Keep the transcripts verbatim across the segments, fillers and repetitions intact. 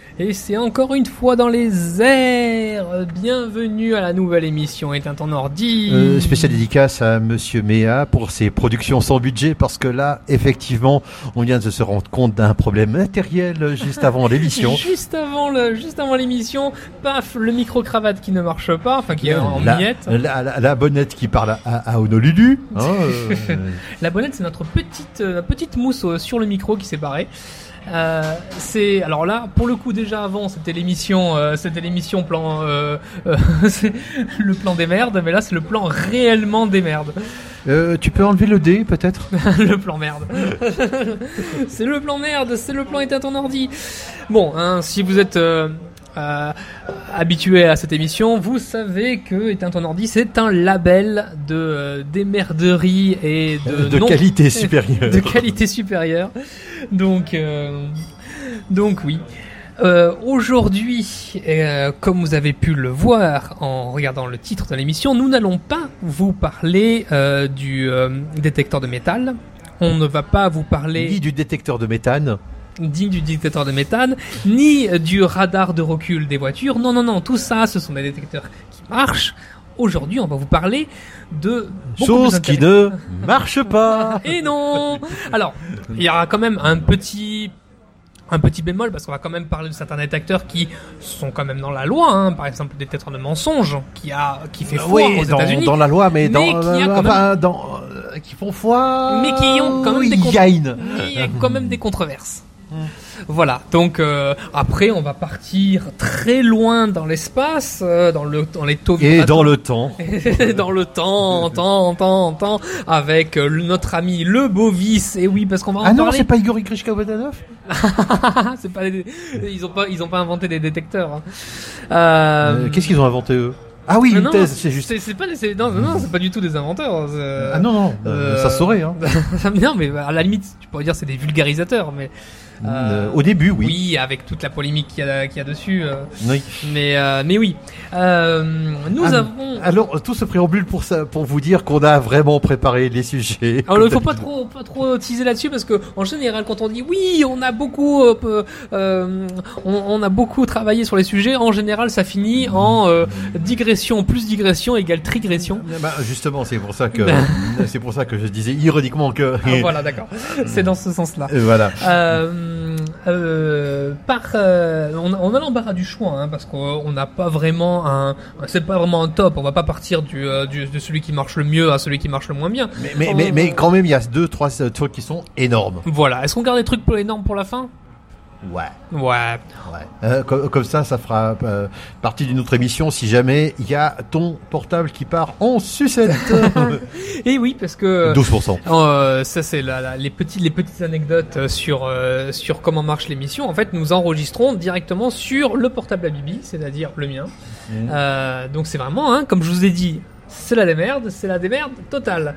Et c'est encore une fois dans les airs. Bienvenue à la nouvelle émission Éteins ton ordi. Euh, spéciale dédicace à Monsieur Méa pour ses productions sans budget, parce que là, effectivement, on vient de se rendre compte d'un problème matériel juste avant l'émission. juste avant le, juste avant l'émission, paf, le micro-cravate qui ne marche pas, enfin qui est en la, miettes. La, la, la bonnette qui parle à, à Honolulu. Hein, euh... La bonnette, c'est notre petite, euh, petite mousse euh, sur le micro qui s'est barrée. Euh, c'est alors là pour le coup déjà avant c'était l'émission euh, c'était l'émission plan euh, euh, c'est le plan des merdes, mais là c'est le plan réellement des merdes. Euh, tu peux enlever le D peut-être. Le plan merde. C'est le plan merde, c'est le plan Éteins ton ordi. Bon, hein, si vous êtes euh, euh, habitué à cette émission, vous savez que Éteins ton ordi, c'est un label de euh, démerderie et de, de non, qualité supérieure. De qualité supérieure. Donc, euh, donc oui. Euh, aujourd'hui, euh, comme vous avez pu le voir en regardant le titre de l'émission, nous n'allons pas vous parler euh, du euh, détecteur de métal. On ne va pas vous parler ni du détecteur de méthane, ni du détecteur de méthane, ni du radar de recul des voitures. Non, non, non, tout ça, ce sont des détecteurs qui marchent. Aujourd'hui, on va vous parler de choses qui ne marchent pas. Et non. Alors, il y aura quand même un petit un petit bémol, parce qu'on va quand même parler de certains détecteurs qui sont quand même dans la loi, hein. Par exemple, le détecteur de mensonges qui a qui fait foi oui, aux dans, États-Unis, dans la loi, mais, mais dans, qui a euh, quand enfin, même, dans, euh, qui font foi, mais qui ont quand même oui, des con- y a une... il y a quand même des controverses. Voilà, donc euh, après on va partir très loin dans l'espace, euh, dans le dans les taux et dans le temps, dans le temps, temps, temps, temps, avec euh, notre ami le Bovis. Et oui, parce qu'on va en ah non, parler. c'est pas Igor Krishkovanov. C'est pas des... ils ont pas ils ont pas inventé des détecteurs. Hein. Euh... Euh, qu'est-ce qu'ils ont inventé eux? Ah oui, une non, thèse, c'est juste. C'est, c'est pas des, c'est, non, non, c'est pas du tout des inventeurs. C'est... Ah non, non, euh, ça se saurait. Hein. Non, mais à la limite, tu pourrais dire c'est des vulgarisateurs, mais. Euh, Au début, oui. Oui, avec toute la polémique qu'il y a, qu'il y a dessus. Euh, oui. Mais, euh, mais oui. Euh, nous ah, avons. Alors, tout ce préambule pour ça, pour vous dire qu'on a vraiment préparé les sujets. Alors, il faut pas trop, pas trop teaser là-dessus, parce que en général, quand on dit oui, on a beaucoup, euh, euh, on, on a beaucoup travaillé sur les sujets. En général, ça finit en euh, digression plus digression égale trigression. Bah, justement, c'est pour ça que c'est pour ça que je disais ironiquement que. Ah, voilà, d'accord. C'est dans ce sens-là. Et voilà. Euh, Euh, par, euh, on, on a l'embarras du choix, hein, parce qu'on n'a pas vraiment un, c'est pas vraiment un top. On va pas partir du, euh, du de celui qui marche le mieux à celui qui marche le moins bien. Mais mais on, mais, mais quand même, il y a deux trois trucs qui sont énormes. Voilà. Est-ce qu'on garde des trucs pour énormes pour la fin? Ouais. Ouais. Ouais. Euh, comme, comme ça, ça fera euh, partie d'une autre émission si jamais il y a ton portable qui part en sucette. Et oui, parce que douze pour cent. Euh, ça c'est la, la, les petites les petites anecdotes sur euh, sur comment marche l'émission. En fait, nous enregistrons directement sur le portable à Bibi, c'est-à-dire le mien. Mmh. Euh, donc c'est vraiment, hein, comme je vous ai dit, c'est la démerde, c'est la démerde totale.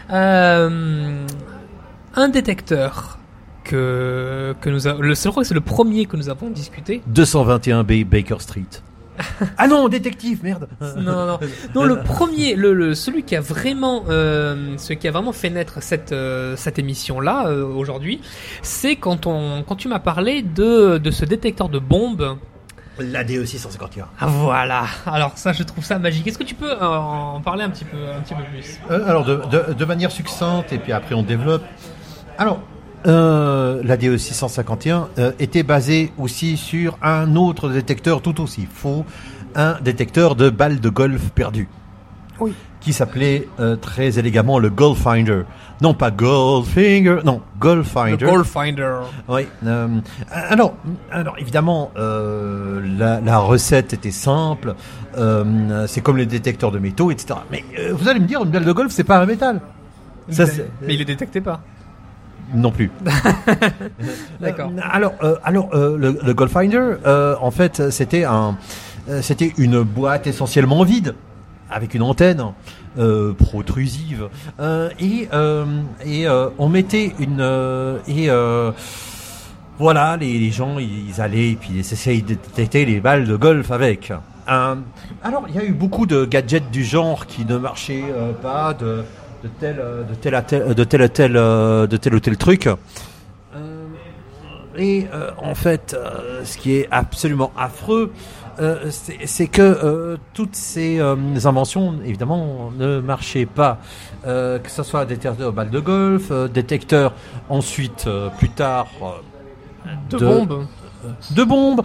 Euh, un détecteur. Que, que nous a, le, je crois que c'est le premier que nous avons discuté. deux cent vingt et un B Baker Street. Ah non, détective, merde. Non, non, non. Non, le premier, le, le celui qui a vraiment, euh, ce qui a vraiment fait naître cette euh, cette émission-là euh, aujourd'hui, c'est quand on, quand tu m'as parlé de de ce détecteur de bombes. La D E six cent cinquante et un. Ah, voilà. Alors ça, je trouve ça magique. Est-ce que tu peux euh, en parler un petit peu, un petit peu plus? euh, Alors de, de de manière succincte et puis après on développe. Alors. Euh, la D E six cent cinquante et un euh, était basée aussi sur un autre détecteur tout aussi faux, un détecteur de balles de golf perdues. Oui. Qui s'appelait euh, très élégamment le Goldfinder. Non pas Goldfinger, non Goldfinder. Le Goldfinder. Oui. Euh, alors, alors évidemment, euh, la, la recette était simple. Euh, c'est comme les détecteurs de métaux, et cetera. Mais euh, vous allez me dire, une balle de golf, c'est pas un métal. Ça, c'est... Mais il le détectait pas. Non plus. D'accord. Euh, alors, euh, alors euh, le, le Goldfinder, euh, en fait, c'était un, euh, c'était une boîte essentiellement vide, avec une antenne euh, protrusive, euh, et euh, et euh, on mettait une euh, et euh, voilà, les, les gens ils allaient et puis ils essayaient de détecter les balles de golf avec. Euh, alors, il y a eu beaucoup de gadgets du genre qui ne marchaient euh, pas de de tel de tel à tel de tel à tel de tel ou tel truc. Euh, Et euh, en fait, euh, ce qui est absolument affreux, euh, c'est, c'est que euh, toutes ces euh, inventions, évidemment, ne marchaient pas. Euh, que ce soit détecteur de balles de golf, euh, détecteur ensuite, euh, plus tard, euh, de, de bombes. De bombes,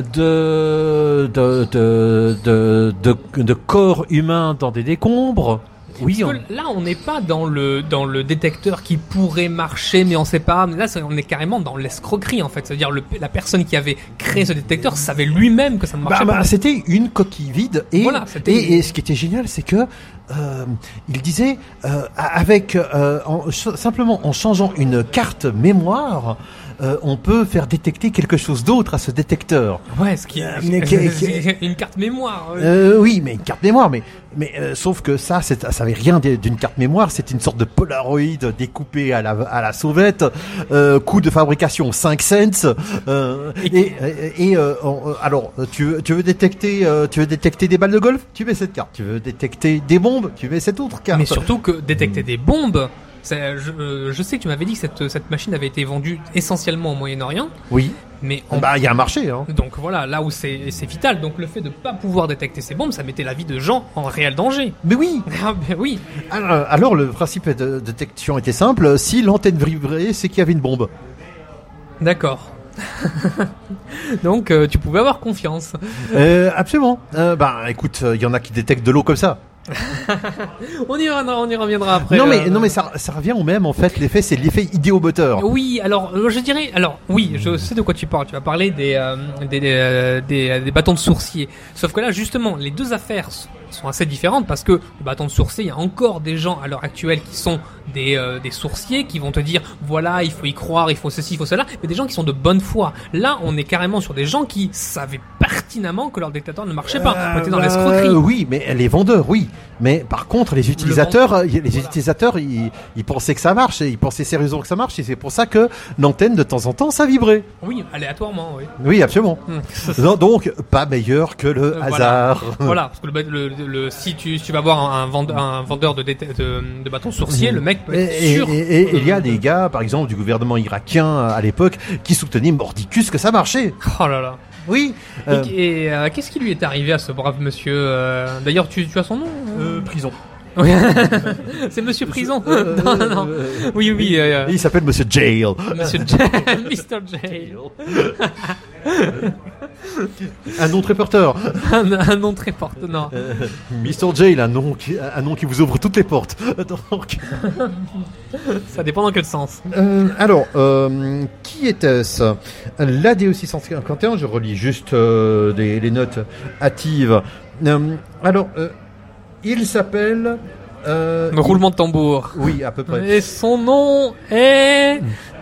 de, de, de, de, de, de corps humains dans des décombres. Oui, Parce on... que là, on n'est pas dans le dans le détecteur qui pourrait marcher, mais on sait pas. Mais là, on est carrément dans l'escroquerie, en fait. C'est-à-dire le, la personne qui avait créé ce détecteur savait lui-même que ça ne marchait bah, pas. Bah, c'était une coquille vide. Et, voilà, et, et ce qui était génial, c'est que euh, il disait euh, avec euh, en, simplement en changeant une carte mémoire. Euh, on peut faire détecter quelque chose d'autre à ce détecteur. Ouais, ce qui est euh, qui, qui, une carte mémoire. Oui, euh, oui mais une carte mémoire, mais mais euh, sauf que ça, c'est, ça avait rien d'une carte mémoire. C'était une sorte de Polaroid découpé à la à la sauvette, euh, coût de fabrication cinq cents. Euh, et et, et euh, on, alors tu veux tu veux détecter euh, tu veux détecter des balles de golf, tu mets cette carte. Tu veux détecter des bombes, tu mets cette autre carte. Mais surtout que détecter des bombes. C'est, je, euh, je sais que tu m'avais dit que cette, cette machine avait été vendue essentiellement au Moyen-Orient. Oui. Mais on... bah, il y a un marché, hein. Donc voilà, là où c'est, c'est vital. Donc le fait de pas pouvoir détecter ces bombes, ça mettait la vie de gens en réel danger. Mais oui. Ah, ben oui. Alors, alors le principe de détection était simple. Si l'antenne vibrait, c'est qu'il y avait une bombe. D'accord. Donc euh, tu pouvais avoir confiance. Euh, absolument. Euh, bah écoute, il y en a qui détectent de l'eau comme ça. on y reviendra, on y reviendra après. Non mais euh... non mais ça ça revient au même en fait. L'effet c'est l'effet idéomoteur. Oui, alors je dirais, alors oui, je sais de quoi tu parles. Tu vas parler des euh, des, des, des des bâtons de sourcier. Sauf que là justement, les deux affaires sont assez différentes parce que le bâton de sourcier, il y a encore des gens à l'heure actuelle qui sont des euh, des sourciers qui vont te dire voilà, il faut y croire, il faut ceci, il faut cela, mais des gens qui sont de bonne foi. Là, on est carrément sur des gens qui savaient pertinemment que leur détecteur ne marchait pas. Euh, on était dans bah, l'escroquerie. Oui, mais les vendeurs, oui. Mais par contre, les utilisateurs, les voilà. utilisateurs, ils, ils pensaient que ça marche, et ils pensaient sérieusement que ça marche, et c'est pour ça que l'antenne de temps en temps, ça vibrait. Oui, aléatoirement, oui. Oui, absolument. non, donc, pas meilleur que le euh, hasard. Voilà. voilà, parce que le, le, le, le si tu si tu vas voir un, un vendeur, un vendeur de, de, de, de bâtons sourciers, mmh. le mec peut être et, sûr. Et, et, et il y a des gars, par exemple, du gouvernement irakien à l'époque, qui soutenaient mordicus que ça marchait. Oh là là. Oui. Euh... Et, et euh, qu'est-ce qui lui est arrivé à ce brave monsieur euh... D'ailleurs, tu, tu as son nom euh, Prison. C'est Monsieur Prison. Euh, non, non. Euh, oui, oui. Euh, il s'appelle Monsieur Jail. Monsieur Jail. mister Jail. un nom très porteur. un, un nom très porteur. Non. Euh, mister Jail, un nom qui, un nom qui vous ouvre toutes les portes. Donc... Ça dépend dans quel sens. Euh, alors, euh, qui était-ce? L'A D E six cent cinquante et un. Je relis juste euh, des, les notes hâtives. Euh, alors. Euh, Il s'appelle... Euh, Le roulement de tambour. Oui, à peu près. Et son nom est...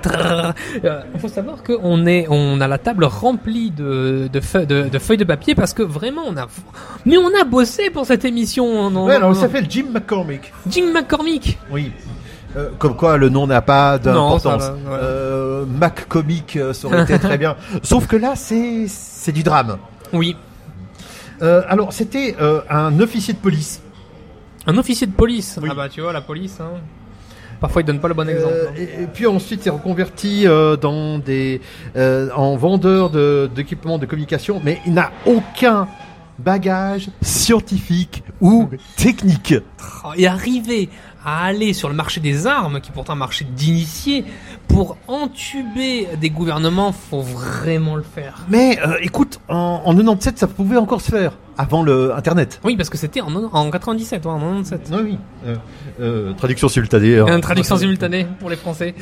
Il faut savoir qu'on est, on a la table remplie de, de, feuilles, de, de feuilles de papier parce que vraiment on a, mais on a bossé pour cette émission. Non, ouais, alors non. il s'appelle Jim McCormick. Jim McCormick. Oui. Euh, comme quoi le nom n'a pas d'importance. Non, ouais. euh, McCormick ça aurait été très bien. Sauf que là c'est c'est du drame. Oui. Euh, alors c'était euh, un officier de police. Un officier de police. Oui. Ah bah tu vois la police. Hein. Parfois ils donnent pas le bon exemple. Euh, et, et puis ensuite il est reconverti euh, dans des euh, en vendeur de d'équipements de communication, mais il n'a aucun bagage scientifique ou technique. Et arriver à aller sur le marché des armes, qui est pourtant un marché d'initiés, pour entuber des gouvernements, faut vraiment le faire. Mais euh, écoute, en, en quatre-vingt-dix-sept, ça pouvait encore se faire, avant le Internet. Oui, parce que c'était en, en quatre-vingt-dix-sept, ouais, en quatre-vingt-dix-sept. Oui, oui. Euh, euh, traduction simultanée. Hein. Une traduction simultanée pour les Français.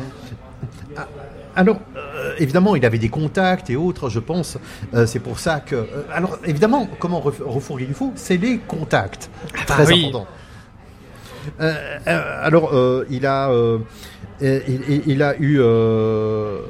Alors, euh, évidemment, il avait des contacts et autres, je pense. Euh, c'est pour ça que... Euh, alors, évidemment, comment ref- refourguer du fou? C'est les contacts. Très ah, oui. important. Euh, euh, alors, euh, il a... Euh, il, il, il a eu... Euh,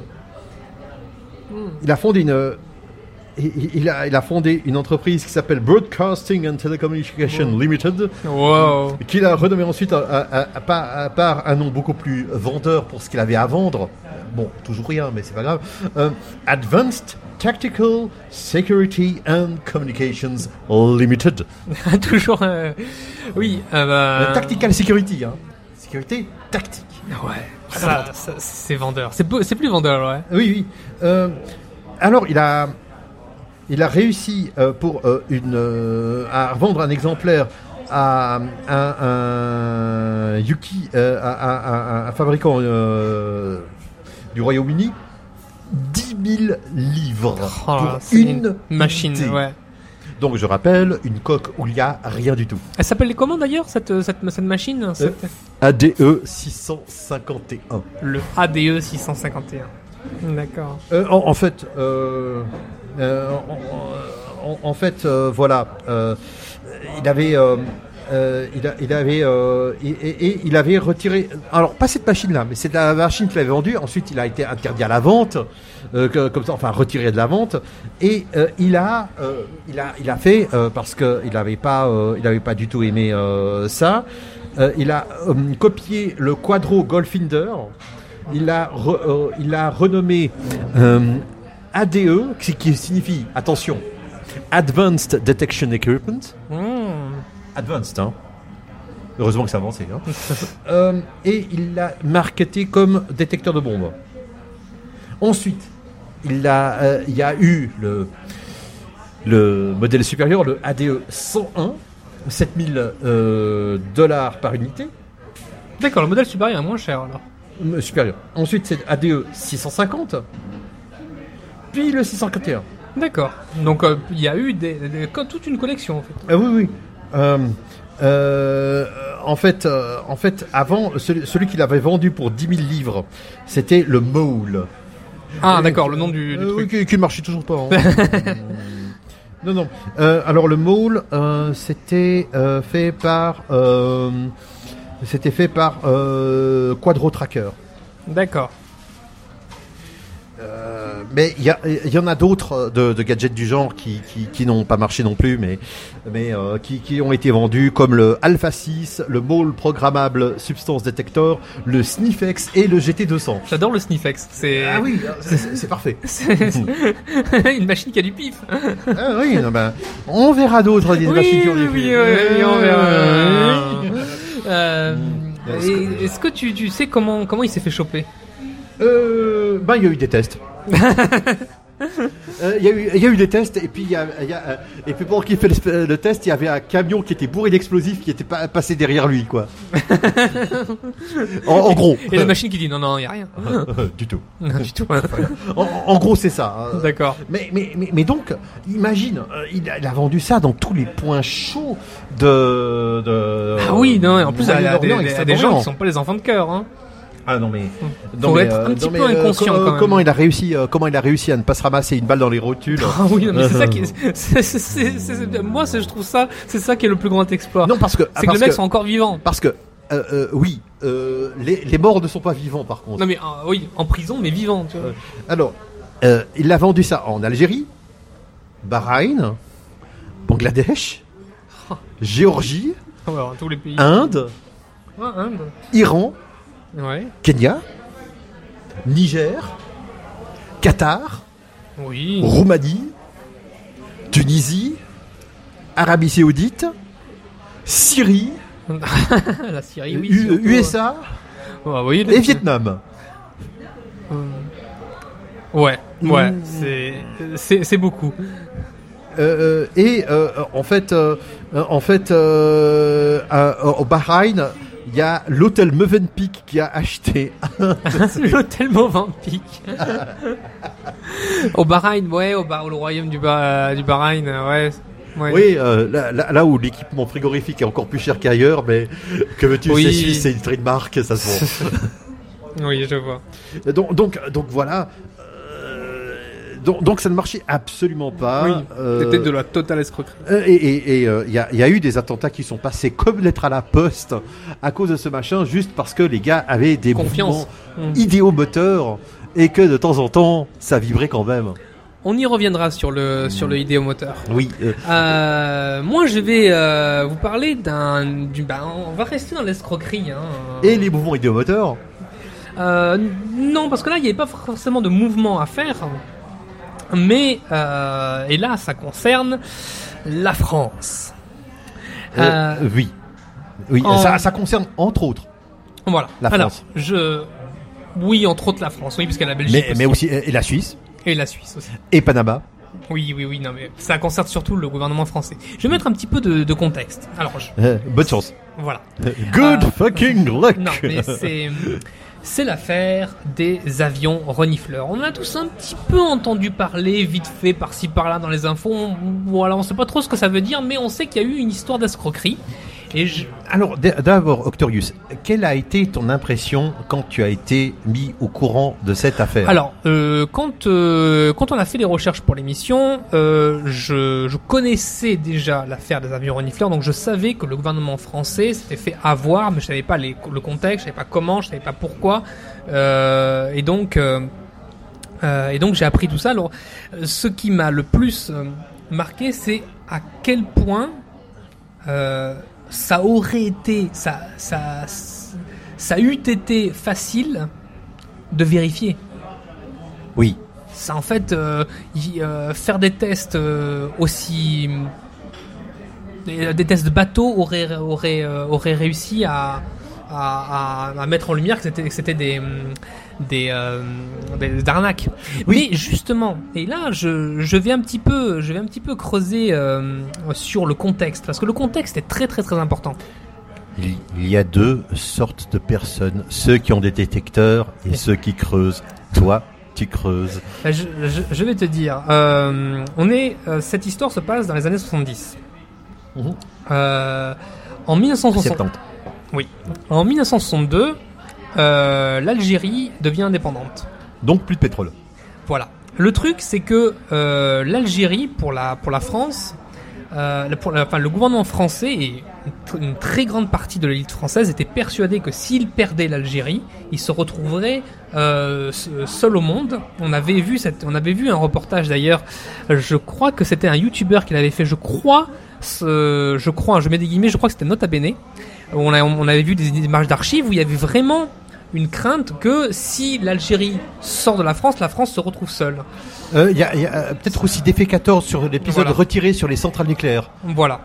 mm. Il a fondé une... Il, il, a, il a fondé une entreprise qui s'appelle Broadcasting and Telecommunication wow. Limited, wow. qu'il a renommé ensuite à, à, à, à, par, à part un nom beaucoup plus vendeur pour ce qu'il avait à vendre. Bon, toujours rien, mais c'est pas grave. Euh, Advanced Tactical Security and Communications Limited. toujours, euh, oui. Euh, bah... Tactical Security, hein. Sécurité tactique. Ouais, ça, ça, c'est vendeur. C'est, c'est plus vendeur, ouais. Oui, oui. Euh, alors, il a, il a réussi euh, pour euh, une, euh, à vendre un exemplaire à un, un Yuki, euh, à, à, à, à un fabricant euh, du Royaume-Uni, dix mille livres oh, pour c'est une, une machine. unité. Ouais. Donc, je rappelle, une coque où il n'y a rien du tout. Elle s'appelle comment d'ailleurs cette, cette, cette machine cette... Euh, A D E six cent cinquante et un. Le A D E six cent cinquante et un. D'accord. Euh, en, en fait, euh, euh, en, en, en fait, euh, voilà, euh, il avait, euh, euh, il, a, il avait, euh, et, et, et il avait retiré. Alors, pas cette machine-là, mais c'est la machine qu'il avait vendue. Ensuite, il a été interdit à la vente, euh, que, comme ça, enfin retiré de la vente. Et euh, il a, euh, il a, il a fait euh, parce que il n'avait pas, euh, il avait pas du tout aimé euh, ça. Euh, il a euh, copié le Quadro Goldfinder. Il a, re, euh, il a renommé euh, A D E, qui, qui signifie, attention, Advanced Detection Equipment. Mmh. Advanced, hein. Heureusement que c'est avancé. Hein. euh, et il l'a marketé comme détecteur de bombes. Ensuite, il, a, euh, il y a eu le, le modèle supérieur, le A D E cent un, sept mille euh, dollars par unité. D'accord, le modèle supérieur est moins cher alors. Euh, supérieur. Ensuite, c'est A D E six cent cinquante, puis le six cent cinquante et un. D'accord. Donc il euh, y a eu des, des, des, toute une collection en fait. Ah oui, oui. Euh, euh, en fait, euh, en fait, avant, celui, celui qu'il avait vendu pour dix mille livres, c'était le Mole. Ah, d'accord, le nom du, du euh, truc. Oui, qui, qui marchait toujours pas. Hein. non, non. Euh, alors le Mole, euh, c'était euh, fait par, euh, c'était fait par euh, Quadro Tracker. D'accord. Euh, mais il y, y en a d'autres de, de gadgets du genre qui, qui, qui n'ont pas marché non plus, mais, mais euh, qui, qui ont été vendus, comme le Alpha six, le Mole Programmable Substance Detector, le Sniffex et le G T deux cents. J'adore le Sniffex. C'est... Ah oui, c'est, c'est, c'est parfait. c'est, c'est une machine qui a du pif. Ah oui, non, ben, on verra d'autres des oui, machines qui ont oui, des oui, pifs. oui, oui, on verra. euh, Mmh. et, est-ce que tu, tu sais comment, comment il s'est fait choper? Euh, ben, il y a eu des tests. Euh, Il y, y a eu des tests et puis il y a, y a, euh, et puis pendant qu'il fait le, le test, il y avait un camion qui était bourré d'explosifs qui était pas passé derrière lui, quoi. en, en gros. Et la machine qui dit non non, il y a rien. du tout. Non, du tout. en, en gros, c'est ça. Hein. D'accord. Mais, mais, mais, mais donc, imagine, euh, il, a, il a vendu ça dans tous les points chauds de. de ah oui, non. En plus, il y a des, des, des, des gens qui sont pas les enfants de cœur. Hein. Ah non mais, faut mais, être euh, un petit non, peu mais, inconscient euh, quand même. Comment il a réussi, euh, comment il a réussi à ne pas se ramasser une balle dans les rotules. Ah oui, non, mais c'est ça qui, est, c'est, c'est, c'est, c'est, moi, c'est, je trouve ça, c'est ça qui est le plus grand exploit. Non parce que c'est parce que les mecs que, sont encore vivants. Parce que euh, euh, oui, euh, les, les morts ne sont pas vivants par contre. Non mais euh, oui, en prison mais vivants. Tu vois. Euh, alors, euh, il a vendu ça en Algérie, Bahreïn, Bangladesh, Géorgie, Alors, tous les pays. Inde, Ouais, Inde. Iran, Ouais. Kenya, Niger, Qatar, Oui. Roumanie, Tunisie, Arabie Saoudite, Syrie, La Syrie, oui. U- surtout. U S A Ouais, oui, et Vietnam. Ouais, ouais, Mmh. c'est, c'est, c'est beaucoup. Euh, et euh, en fait, euh, en fait, euh, à- au Bahreïn, il y a l'hôtel Mövenpick qui a acheté. L'hôtel Mozambique. Au Bahreïn, ouais, au, Bah- au royaume du, bah, du Bahreïn, ouais. Ouais. Oui, euh, là, là, là où l'équipement frigorifique est encore plus cher qu'ailleurs, mais que veux-tu, Oui. c'est suisse, c'est une trademark, ça se vend. Oui, je vois. donc, donc, donc voilà. Euh, donc, donc ça ne marchait absolument pas. Oui, Euh, c'était de la totale escroquerie. Euh, Et il et, et, euh, y, a, y a eu des attentats qui sont passés comme lettre à la poste à cause de ce machin, juste parce que les gars avaient des Confiance. mouvements Mmh. idéomoteurs et que de temps en temps, ça vibrait quand même. On y reviendra sur le, sur le idéomoteur. Oui. euh, Euh, moi, je vais euh, vous parler d'un... Du, bah, on va rester dans l'escroquerie. Hein. et les mouvements idéomoteurs. Euh, non, parce que là, il n'y avait pas forcément de mouvement à faire. Mais, euh, et là, ça concerne la France. Euh, Euh, oui. Oui, en- ça, ça concerne entre autres. Voilà. La Alors, France. je, oui, entre autres la France, oui, parce qu'il y a la Belgique Mais, aussi. mais aussi, et la Suisse, Et la Suisse aussi. et Panama. Oui, oui, oui, non, mais ça concerne surtout le gouvernement français. Je vais mettre un petit peu de, de contexte. Alors, je, Euh, bonne chance. voilà. Good Euh, fucking luck. Non, mais c'est, c'est l'affaire des avions renifleurs. On en a tous un petit peu entendu parler, vite fait, par-ci, par-là, dans les infos. On- Voilà, on sait pas trop ce que ça veut dire, mais on sait qu'il y a eu une histoire d'escroquerie. Et je, Alors, d- d'abord, Octorius, quelle a été ton impression quand tu as été mis au courant de cette affaire? Alors, euh, quand euh, quand on a fait les recherches pour l'émission, euh, je, je connaissais déjà l'affaire des avions renifleurs, donc je savais que le gouvernement français s'était fait avoir, mais je savais pas les, le contexte, je savais pas comment, je savais pas pourquoi, euh, et donc euh, euh, et donc j'ai appris tout ça. Alors, euh, ce qui m'a le plus euh, marqué, c'est à quel point euh, ça aurait été, ça ça ça eût été facile de vérifier. Oui. Ça, en fait, euh, y- euh, faire des tests euh, aussi... Des, des tests de bateau auraient, auraient, euh, auraient réussi à, à, à, à mettre en lumière que c'était, que c'était des, des, euh, des, des arnaques. Oui. Mais justement, et là, je, je, vais un petit peu, je vais un petit peu creuser euh, sur le contexte, parce que le contexte est très très très important. Il il y a deux sortes de personnes, ceux qui ont des détecteurs et ceux qui creusent. Toi, tu creuses. Je, je, je vais te dire, euh, on est, euh, cette histoire se passe dans les années soixante-dix. Mhm. Euh, en mille neuf cent soixante, septante. oui. En mille neuf cent soixante-deux, euh, l'Algérie devient indépendante. Donc plus de pétrole. Voilà. Le truc, c'est que euh, l'Algérie, pour la pour la France, euh, pour la, enfin, le gouvernement français et une, une très grande partie de l'élite française était persuadé que s'il perdait l'Algérie, il se retrouverait euh, seul au monde. On avait vu cette, on avait vu un reportage d'ailleurs. Je crois que c'était un YouTuber qui l'avait fait. Je crois. Ce, je crois, je mets des guillemets, je crois que c'était Nota Bene. On, a, on avait vu des images d'archives où il y avait vraiment une crainte que si l'Algérie sort de la France, la France se retrouve seule. Il euh, y a, y a euh, peut-être aussi d'effet quatorze sur l'épisode Voilà. retiré sur les centrales nucléaires. Voilà.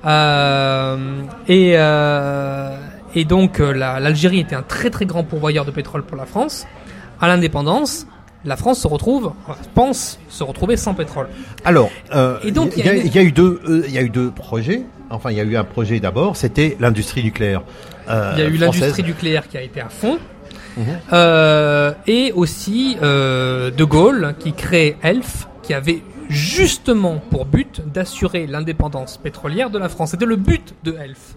Euh, et, euh, et donc euh, la, l'Algérie était un très très grand pourvoyeur de pétrole pour la France. À l'indépendance, la France se retrouve, pense se retrouver sans pétrole. Alors, euh, Et donc, il il y, y a a- une- il y a eu deux, euh, il y a eu deux projets. Enfin, il y a eu un projet d'abord, c'était l'industrie nucléaire. euh, Il y a eu française. l'industrie nucléaire qui a été à fond. Mhm. Euh, et aussi euh, De Gaulle qui crée ELF, qui avait justement pour but d'assurer l'indépendance pétrolière de la France. C'était le but de ELF.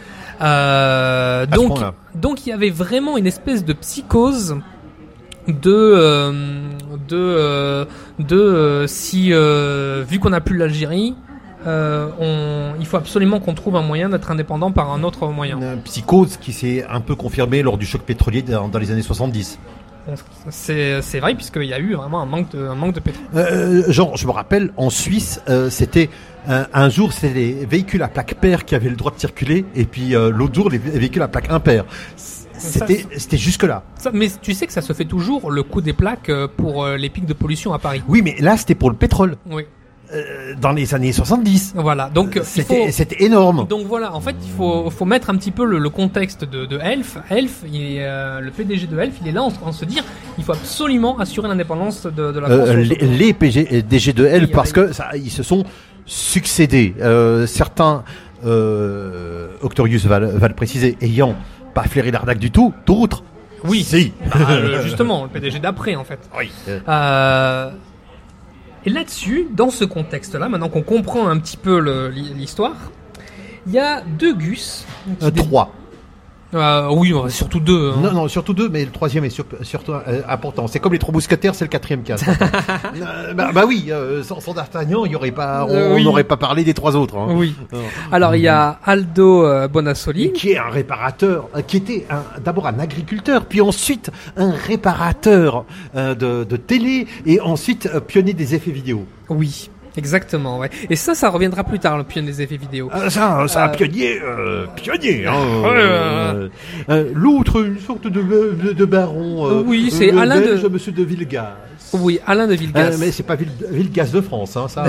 Euh, ce donc, point-là. donc il y avait vraiment une espèce de psychose de euh, de euh, de euh, si euh, vu qu'on n'a plus l'Algérie, euh, on, il faut absolument qu'on trouve un moyen d'être indépendant par un autre moyen. Une psychose qui s'est un peu confirmée lors du choc pétrolier dans, dans les années soixante-dix. C'est c'est vrai puisqu'il y a eu vraiment un manque de un manque de pétrole. Euh, genre, je me rappelle, en Suisse, euh, c'était un, un jour, c'était les véhicules à plaque paire qui avaient le droit de circuler, et puis euh, l'autre jour, les véhicules à plaque impaire. C'était, c'était jusque là. Ça, mais tu sais que ça se fait toujours le coup des plaques euh, pour euh, les pics de pollution à Paris. Oui, mais là, c'était pour le pétrole. Oui. Euh, dans les années soixante-dix. Voilà. Donc il C'était, faut- c'était énorme. Donc voilà, en fait, il faut, faut mettre un petit peu le, le contexte de, de Elf. Elf, il est, euh, le P D G de Elf, il est là en, en se dire, il faut absolument assurer l'indépendance de, de la France. Euh, les, les P G, D G de L, Oui, parce oui. que ça, ils se sont succédés. Euh, certains, euh, Octorius va, le- va le préciser, ayant pas flairé l'arnaque du tout, d'autres. Oui. Si. Bah, le- justement, le P D G d'après, en fait. Oui. Euh, Euh, et là-dessus, dans ce contexte-là, maintenant qu'on comprend un petit peu le- l'histoire, il y a deux Gus. qui euh, dé- trois. Euh, oui, euh, surtout deux. hein. Non, non, surtout deux, mais le troisième est sur- surtout euh, important. C'est comme les trois mousquetaires, c'est le quatrième cas. euh, bah, bah oui, euh, sans, sans D'Artagnan, il y aurait pas, on Euh, oui. n'aurait pas parlé des trois autres. Hein. Oui. Non. Alors, il y a Aldo euh, Bonassoli. Qui est un réparateur, euh, qui était un- d'abord un agriculteur, puis ensuite un réparateur euh, de, de télé, et ensuite euh, pionnier des effets vidéo. Oui. Exactement, ouais. Et ça, ça reviendra plus tard, le pionnier des effets vidéo. Ah, ça, ça, Euh, pionnier, euh, pionnier. Hein, Ouais, euh, ouais, ouais. euh, L'autre, une sorte de, de, de baron. Euh, Oui, c'est euh, Alain belge, de- Monsieur de Villegaz. Oui, Alain de Villegaz. Euh, mais c'est pas Ville, Villegaz de France, hein, ça.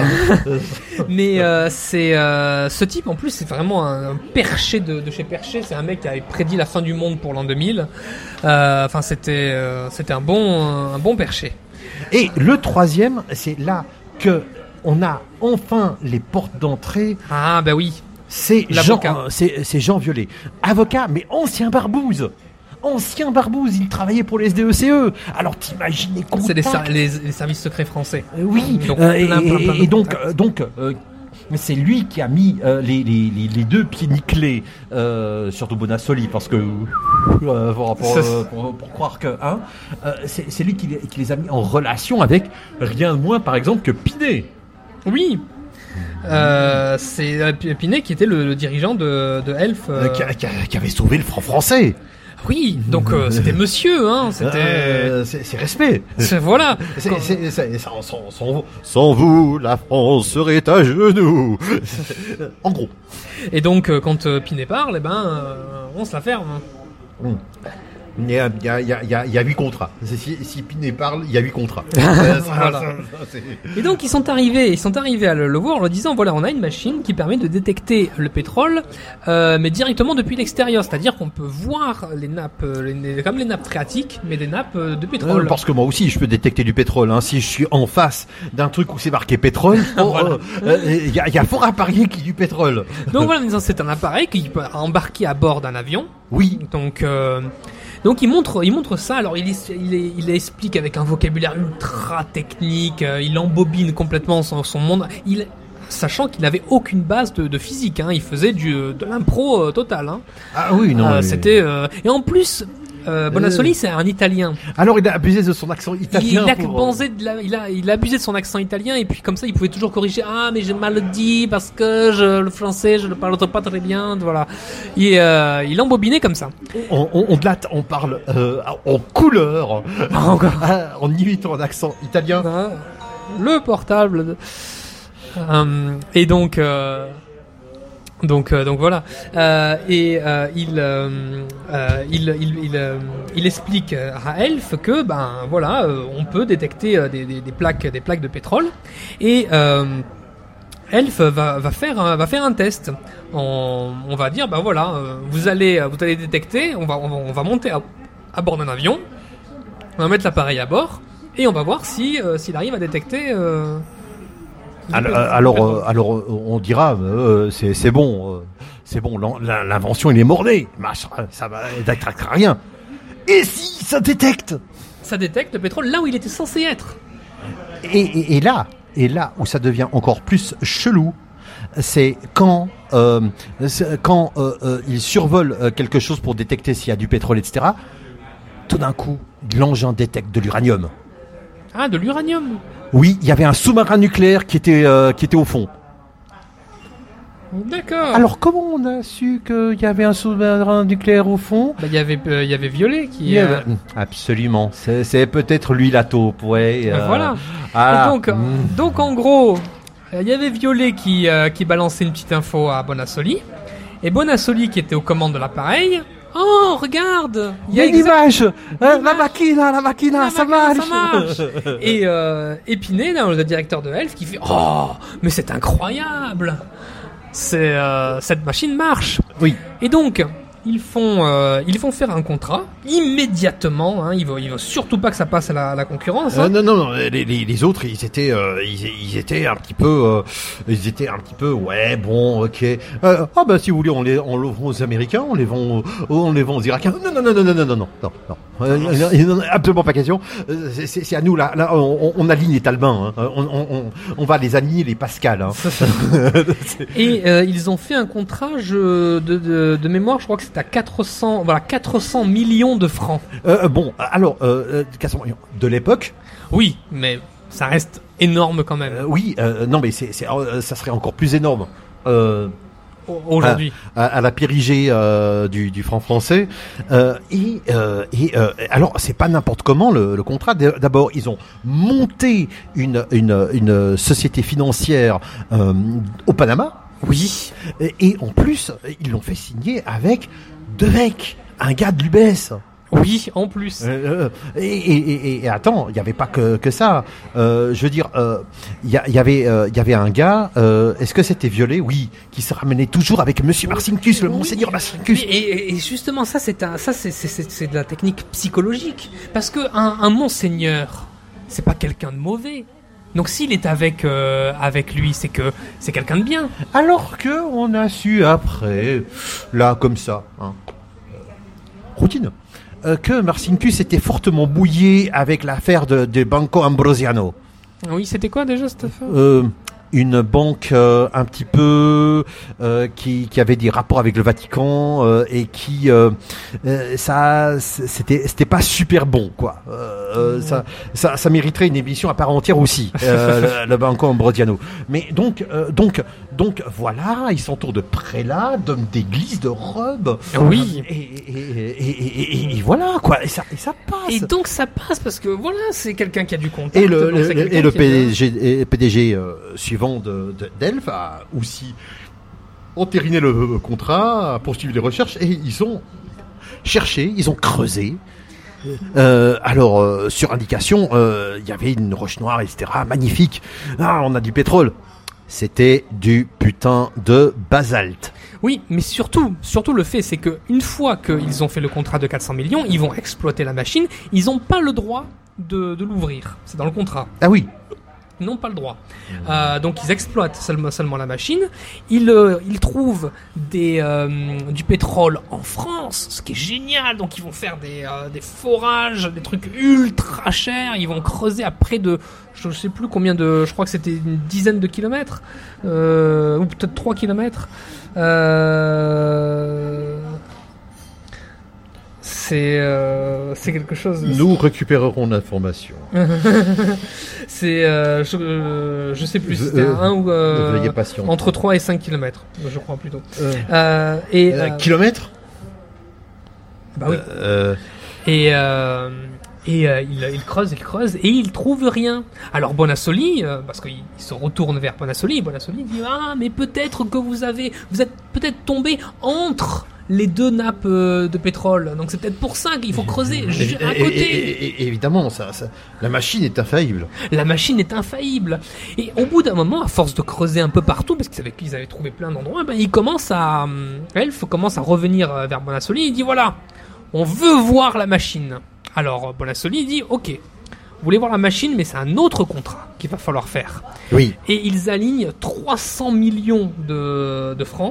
Mais euh, c'est euh, ce type en plus c'est vraiment un, un perché de, de chez Perché. C'est un mec qui avait prédit la fin du monde pour l'an deux mille. Euh, Enfin c'était euh, c'était un bon un bon perché. Et le troisième, c'est là que on a enfin les portes d'entrée. Ah bah oui. C'est Jean, L'avocat. euh, c'est, c'est Jean Violet, avocat, mais ancien barbouze. Ancien barbouze, il travaillait pour les S D E C E. Alors t'imagines les contacts. C'est les, ser- les, les services secrets français. Euh, Oui, Donc, euh, et, plein, plein, plein de et donc, contacts. euh, donc euh, c'est lui qui a mis euh, les, les, les, les deux pieds nickelés, euh, surtout Bonassoli, parce que euh, pour, pour, euh, pour, pour croire que, hein, euh, c'est, c'est lui qui les, qui les a mis en relation avec rien de moins, par exemple, que Pinet. Oui. Euh, c'est euh, P- Pinet qui était le, le dirigeant de, de Elf. euh, Euh, qui, a- qui a- qui avait sauvé le franc français. Oui, donc euh, c'était monsieur, hein. C'était. Euh, c'est, c'est respect. c'est- Voilà. C'est, Quand- c'est, c'est- sans, sans, sans, sans vous, la France serait à genoux. En gros. Et donc euh, quand euh, Pinet parle, eh ben euh, on se la ferme. Hum. Il y a, il y a, il y a, il y a, il y a huit contrats. C'est- Si, si Pinet parle, il y a huit contrats. Euh, ça, Voilà. ça, ça, c'est- Et donc ils sont arrivés, ils sont arrivés à le, le voir en leur disant voilà on a une machine qui permet de détecter le pétrole, euh, mais directement depuis l'extérieur, c'est-à-dire qu'on peut voir les nappes, euh, les- les- comme les nappes phréatiques, mais des nappes euh, de Euh, pétrole. parce que moi aussi, je peux détecter du pétrole. Hein. Si je suis en face d'un truc où c'est marqué pétrole, oh, Voilà. euh, euh, il y, a, il y a fort à parier qu'il y a du pétrole. Donc voilà, en disant, c'est un appareil qui peut embarquer à bord d'un avion. Oui. Donc euh, donc il montre, il montre ça. Alors il, is- il, est- il explique avec un vocabulaire ultra technique. euh, il embobine complètement son, son monde. Il sachant qu'il n'avait aucune base de, de physique. Hein, il faisait du de l'impro euh, total. Hein. Ah oui, non. Euh, mais- C'était euh, et en plus. Euh, Bonassoli, c'est un Italien. Alors, il a abusé de son accent italien. Il a, pour- banzé de la- il, a, il a abusé de son accent italien et puis comme ça il pouvait toujours corriger. Ah mais j'ai mal dit parce que je, le français je le parle pas très bien. Voilà. Et, euh, il embobinait comme ça. On, on, on, de la- on parle euh, en couleur, Encore. en, en imitant un accent italien. Ah, le portable. de- Euh, et donc. Euh, Donc, euh, donc voilà. Euh, et euh, il, euh, euh, il, il, il, euh, il explique à Elf que ben voilà, euh, on peut détecter euh, des, des, des plaques, des plaques de pétrole. Et euh, Elf va, va faire, un, va faire un test. On, on va dire ben voilà, euh, vous allez, vous allez détecter. On va, on va, on va monter à, à bord d'un avion. On va mettre l'appareil à bord et on va voir si, euh, s'il arrive à détecter. Euh, Alors, alors, euh, alors, euh, on dira, euh, c'est, c'est bon, euh, c'est bon, l'in- l'in- l'invention il est mordée, machin, ça va, détectera rien. Et si ça détecte ça détecte le pétrole là où il était censé être. et, et, et là, et là où ça devient encore plus chelou, c'est quand, euh, c'est quand euh, euh, il survole euh, quelque chose pour détecter s'il y a du pétrole, et cetera. Tout d'un coup, l'engin détecte de l'uranium. Ah, de l'uranium. Oui, il y avait un sous-marin nucléaire qui était, euh, qui était au fond. D'accord. Alors comment on a su qu'il y avait un sous-marin nucléaire au fond? Bah, il y avait, euh, il y avait Violet qui. Il y avait- euh, Absolument, c'est, c'est peut-être lui la taupe, ouais. euh, euh, voilà. ah, Et donc, mm. donc en gros, euh, il y avait Violet qui, euh, qui balançait une petite info à Bonassoli. Et Bonassoli qui était aux commandes de l'appareil. Oh, regarde, Il y a une exact- image, hein, la image. machina, la machina, La ça machine, marche. ça marche. Et euh, Épinay, là, le directeur de Elf, qui fait oh, mais c'est incroyable. C'est euh, cette machine marche. Oui. Et donc, ils font, euh, ils font faire un contrat immédiatement. Hein, ils veulent, ils veulent surtout pas que ça passe à la, à la concurrence. Euh, Hein. non, non, non, les, les, les autres, ils étaient, euh, ils, ils étaient un petit peu, euh, ils étaient un petit peu, ouais, bon, ok. Euh, ah bah si vous voulez, on les, on le vend aux Américains, on les vend, aux, on les vend aux Irakiens. Non, non, non, non, non, non, non, non, non, non. Euh, il n'en est absolument pas question. Euh, c'est, c'est, c'est à nous là, là, on, on aligne les Talbins, hein. on, on, on, on va les aligner les Pascal. Hein. Et euh, ils ont fait un contrat je, de, de, de mémoire, je crois que c'était à quatre cents, voilà, quatre cents millions de francs. Euh, bon, alors, euh, quatre cents millions de l'époque. Oui, mais ça reste énorme quand même. Euh, oui, euh, non, mais c'est, c'est, euh, ça serait encore plus énorme. Euh, aujourd'hui. À, à, à la périgée euh, du, du franc français. Euh, et euh, et euh, alors, c'est pas n'importe comment le, le contrat. D'abord, ils ont monté une, une, une société financière euh, au Panama. Oui. Et, et en plus, ils l'ont fait signer avec deux mecs, un gars de l'U B S. Oui, en plus. Euh, et, et, et, et attends, il n'y avait pas que, que ça. Euh, je veux dire, il euh, y, y avait, il euh, y avait un gars. Euh, est-ce que c'était Violet? Oui, qui se ramenait toujours avec Monsieur Marcinkus, le Monseigneur Marcinkus. Et, et, et justement, ça, c'est un, ça, c'est, c'est, c'est, c'est de la technique psychologique, parce que un, un Monseigneur, c'est pas quelqu'un de mauvais. Donc s'il est avec euh, avec lui, c'est que c'est quelqu'un de bien. Alors que on a su après, là comme ça, hein, routine. Euh, que Marcinkus était fortement bouillé avec l'affaire de, de Banco Ambrosiano. Oui, c'était quoi déjà cette affaire? euh, Une banque euh, un petit peu euh, qui, qui avait des rapports avec le Vatican euh, et qui euh, euh, ça c'était c'était pas super bon quoi. Euh, mmh. ça, ça ça mériterait une émission à part entière aussi euh, le, le Banco Ambrosiano. Mais donc euh, donc donc voilà, ils s'entourent de prélats, d'hommes d'église, de robes. Oui. Et, et, et, et, et, et voilà quoi. Et ça et ça passe. Et donc ça passe parce que voilà, c'est quelqu'un qui a du contact. Et le, le et le P D G, a... et P D G euh, suivant de, de d'Elf a aussi entériné le contrat, a poursuivi les recherches et ils ont cherché, ils ont creusé. Euh, alors euh, sur indication, il euh, y avait une roche noire, et cetera. Magnifique. Ah, on a du pétrole. C'était du putain de basalte. Oui, mais surtout, surtout le fait, c'est que une fois qu'ils ont fait le contrat de quatre cents millions, ils vont exploiter la machine. Ils n'ont pas le droit de, de l'ouvrir. C'est dans le contrat. Ah oui. Ils n'ont pas le droit. Euh, donc ils exploitent seulement, seulement la machine. Ils, euh, ils trouvent des, euh, du pétrole en France, ce qui est génial. Donc ils vont faire des, euh, des forages, des trucs ultra chers. Ils vont creuser à près de, je sais plus combien de, je crois que c'était une dizaine de kilomètres, euh, ou peut-être trois kilomètres. Euh... C'est, euh, c'est quelque chose. Nous récupérerons l'information. c'est, euh, je, euh, je sais plus, c'était euh, un ou euh, entre trois et cinq kilomètres, je crois plutôt. Euh, euh, et euh, kilomètres. Bah oui. Euh, et euh, et euh, il, il creuse, il creuse et il trouve rien. Alors Bonassoli, euh, parce qu'il se retourne vers Bonassoli, Bonassoli dit ah mais peut-être que vous avez, vous êtes peut-être tombé entre les deux nappes euh, de pétrole. Donc c'est peut-être pour ça qu'il faut creuser et, à côté. Et, et, et, évidemment, ça, ça, la machine est infaillible. La machine est infaillible. Et au bout d'un moment, à force de creuser un peu partout, parce qu'ils savaient qu'ils avaient trouvé plein d'endroits, ben il commence à, Elf commence à revenir vers Bonassoli. Il dit voilà, on veut voir la machine. Alors Bonassoli dit ok, vous voulez voir la machine, mais c'est un autre contrat qu'il va falloir faire. Oui. Et ils alignent trois cents millions de, de francs.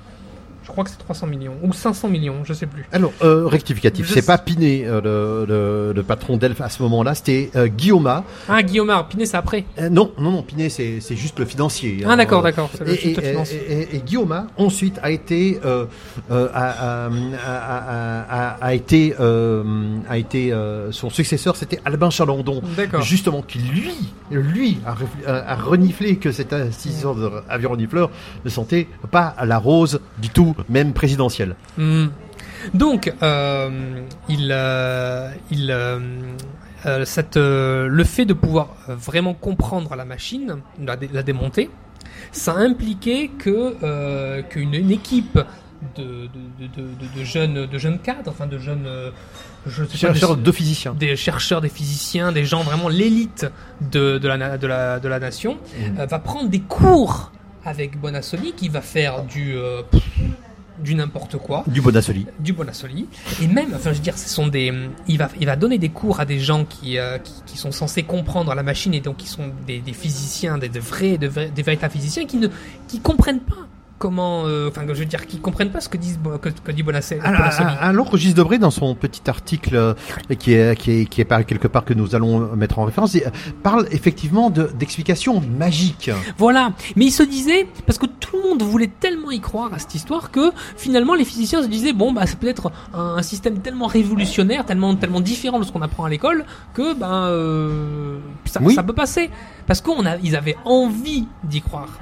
Je crois que c'est trois cents millions ou cinq cents millions, je sais plus. Alors, euh, rectificatif, je c'est sais... pas Pinet euh, le, le, le patron d'Elf à ce moment-là, c'était euh, Guillaume. Ah, Guillaume, Pinet c'est après. Euh, non, non, non, Pinet c'est c'est juste le financier. Ah hein, d'accord, d'accord. C'est le et, et, financier. Et, et, et Guillaume ensuite a été euh, euh, a, a, a, a, a été euh, a été euh, son successeur, c'était Albin Chalandon, d'accord. Justement, qui lui lui a, a, a reniflé que cet assistant avion renifleur ne sentait pas la rose du tout. Même présidentielle. Mmh. Donc, euh, il, euh, il, euh, euh, cette, euh, le fait de pouvoir vraiment comprendre la machine, la, dé- la démonter, ça impliquait que euh, qu'une une équipe de, de, de, de, de jeunes, de jeunes cadres, enfin de jeunes euh, je sais chercheurs, pas, des, de physiciens, des chercheurs, des physiciens, des gens vraiment l'élite de, de la de la de la nation, mmh. euh, va prendre des cours avec Bonassoli qui va faire du euh, pff, du n'importe quoi, du Bonassoli, du Bonassoli, et même, enfin, je veux dire, ce sont des, il va, il va donner des cours à des gens qui, euh, qui, qui sont censés comprendre la machine et donc qui sont des, des physiciens, des, des vrais, des, vrais, des véritables physiciens qui ne, qui comprennent pas comment, euh, enfin, je veux dire, qui comprennent pas ce que disent, que, que dit Bonassoli. Alors, Régis Debray, dans son petit article euh, qui est qui est qui est paru quelque part que nous allons mettre en référence, euh, parle effectivement de d'explications magiques. Voilà, mais il se disait, parce que tout le monde voulait tellement y croire à cette histoire que finalement les physiciens se disaient bon bah c'est peut-être un, un système tellement révolutionnaire, tellement tellement différent de ce qu'on apprend à l'école que ben euh, ça, oui. ça peut passer, parce qu'on a ils avaient envie d'y croire.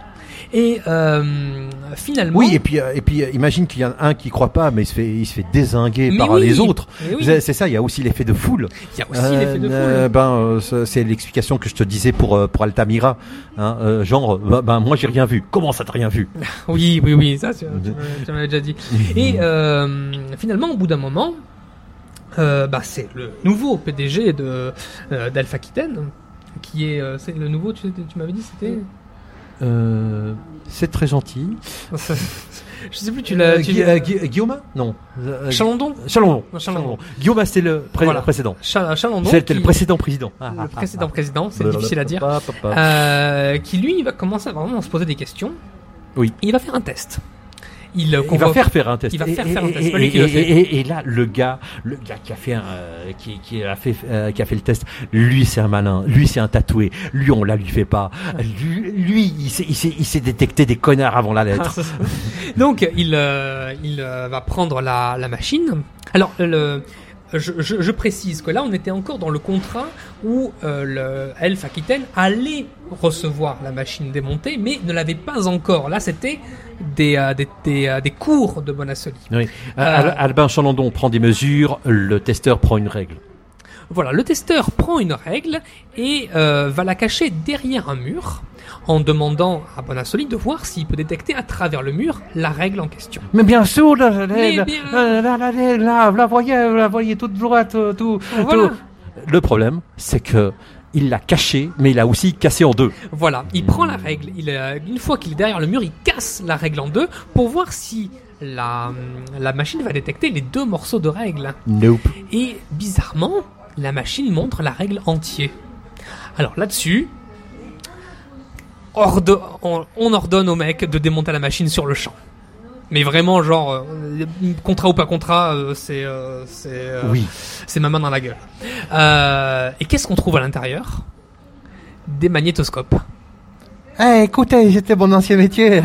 Et euh, finalement. Oui, et puis euh, et puis euh, imagine qu'il y en a un qui croit pas, mais il se fait il se fait dézinguer Mais par oui, les autres. mais oui. C'est, c'est ça. Il y a aussi l'effet de foule. Il y a aussi l'effet de foule. Euh, ben euh, c'est, c'est l'explication que je te disais pour euh, pour Altamira. Hein, euh, genre, ben, ben moi j'ai rien vu. Comment ça t'as rien vu? Oui, oui, oui, ça tu, tu, tu m'avais déjà dit. Et euh, finalement, au bout d'un moment, euh, bah c'est le nouveau P D G de euh, d'Alpha-Aquitaine qui est, euh, c'est le nouveau. Tu, tu m'avais dit c'était. Euh, c'est très gentil. Je sais plus, tu l'as. Euh, Tu Gui- l'as- euh, Gui- Guillaume Non. Euh, Chalandon. Chalandon. Non, Chalandon. Guillaume, c'était le pré- Voilà. précédent. Cha- Chalandon. C'était qui- le précédent président. Ah, le ah, précédent ah, président, c'est ah. difficile à dire. Pa, pa, pa. Euh, qui lui, il va commencer à vraiment se poser des questions. Oui. Il va faire un test. Il, euh, Il va convoque- faire faire un test. Il va Et- faire et- faire un et- test. C'est pas Et, lui qui le et- fait. et- et là, le gars, le gars qui a fait un, euh, qui, qui a fait, euh, qui a fait le test, lui c'est un malin, lui c'est un tatoué, lui on la lui fait pas, lui, lui il sait, il sait, il sait détecter des connards avant la lettre. Donc, il, euh, il euh, va prendre la, la machine. Alors, le, je, je, je précise que là, on était encore dans le contrat où euh, le Elf Aquitaine allait recevoir la machine démontée, mais ne l'avait pas encore. Là, c'était des, euh, des, des, euh, des cours de Bonassoli. Oui. Al- Albin Chalandon prend des mesures, le testeur prend une règle. Voilà, le testeur prend une règle et euh, va la cacher derrière un mur en demandant à Bonassoli de voir s'il peut détecter à travers le mur la règle en question. Mais bien sûr, la, la, Mais la, bien- la, la, la, la, la, la voyez, la voyez toute droite, euh, tout, Voilà. tout. Le problème, c'est que il l'a caché, mais il a aussi cassé en deux. Voilà, il prend la règle. Il, euh, une fois qu'il est derrière le mur, il casse la règle en deux pour voir si la, la machine va détecter les deux morceaux de règle. Nope. Et bizarrement, la machine montre la règle entière. Alors là-dessus, ordo- on, on ordonne au mec de démonter la machine sur le champ. Mais vraiment, genre, euh, contrat ou pas contrat, euh, c'est euh, c'est euh, Oui. c'est ma main dans la gueule. Euh, et qu'est-ce qu'on trouve à l'intérieur? Des magnétoscopes. Eh, écoutez, c'était mon ancien métier.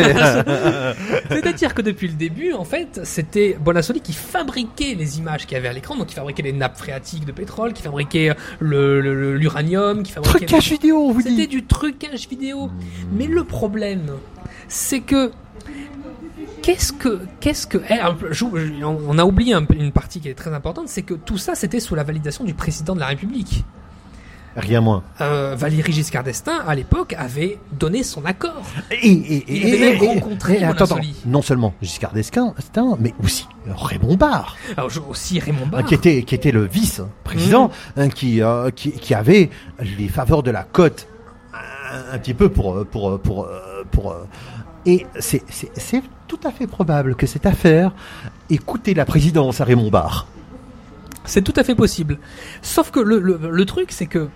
C'est-à-dire que depuis le début, en fait, c'était Bonassoli qui fabriquait les images qu'il y avait à l'écran, donc qui fabriquait les nappes phréatiques de pétrole, qui fabriquait le, le- le- l'uranium, qui fabriquait... Trucage vidéo, on vous C'était dit. du trucage vidéo. Mais le problème, c'est que... Qu'est-ce que... Qu'est-ce que eh, un peu, je- je- on a oublié un peu une partie qui est très importante, c'est que tout ça, c'était sous la validation du président de la République. Rien moins. Euh, Valéry Giscard d'Estaing, à l'époque, avait donné son accord. Et, et, Il avait même rencontré et- attends, Bonassoli. attends, non seulement Giscard d'Estaing, d'Estaing, mais aussi Raymond Barre, Alors, je- aussi Raymond hein, Barre. qui était qui était le vice-président, Mmh. hein, qui, euh, qui qui avait les faveurs de la cote un, un petit peu pour pour pour pour, pour euh, et c'est c'est c'est tout à fait probable que cette affaire ait coûté la présidence à Raymond Barre. C'est tout à fait possible. Sauf que le, le, le truc, c'est que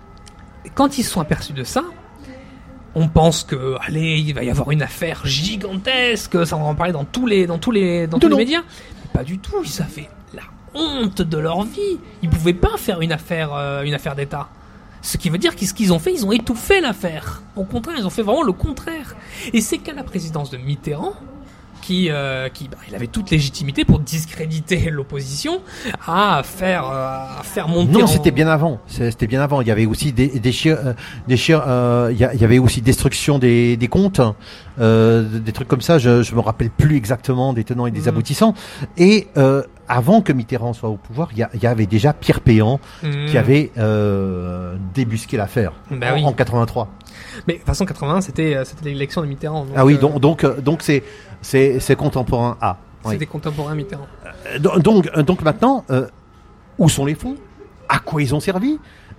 quand ils se sont aperçus de ça, on pense que, allez, il va y avoir une affaire gigantesque, ça va en parler dans tous les, dans tous les, dans tous les non. médias. Mais pas du tout, ils avaient la honte de leur vie. Ils pouvaient pas faire une affaire, euh, une affaire d'État. Ce qui veut dire que ce qu'ils ont fait, ils ont étouffé l'affaire. Au contraire, ils ont fait vraiment le contraire. Et c'est qu'à la présidence de Mitterrand, qui, euh, qui bah, il avait toute légitimité pour discréditer l'opposition à faire, euh, à faire monter. Non, en- c'était bien avant. C'est- C'était bien avant. Il y avait aussi des des chiens, euh, des chiens. euh, Il y, a- il y avait aussi destruction des des comptes, euh, des trucs comme ça. Je je me rappelle plus exactement des tenants et des Mhm. aboutissants. Et euh, avant que Mitterrand soit au pouvoir, il y, a- il y avait déjà Pierre Péan Mmh. qui avait euh, débusqué l'affaire Bah en, oui. en quatre-vingt-trois. Mais de toute façon, quatre-vingt-un, c'était, euh, c'était l'élection de Mitterrand. Donc, Ah oui, euh, donc donc euh, donc c'est c'est c'est contemporain. Ah. oui. c'était contemporain Mitterrand. Euh, Donc, euh, donc maintenant, euh, où sont les fonds? À quoi ils ont servi?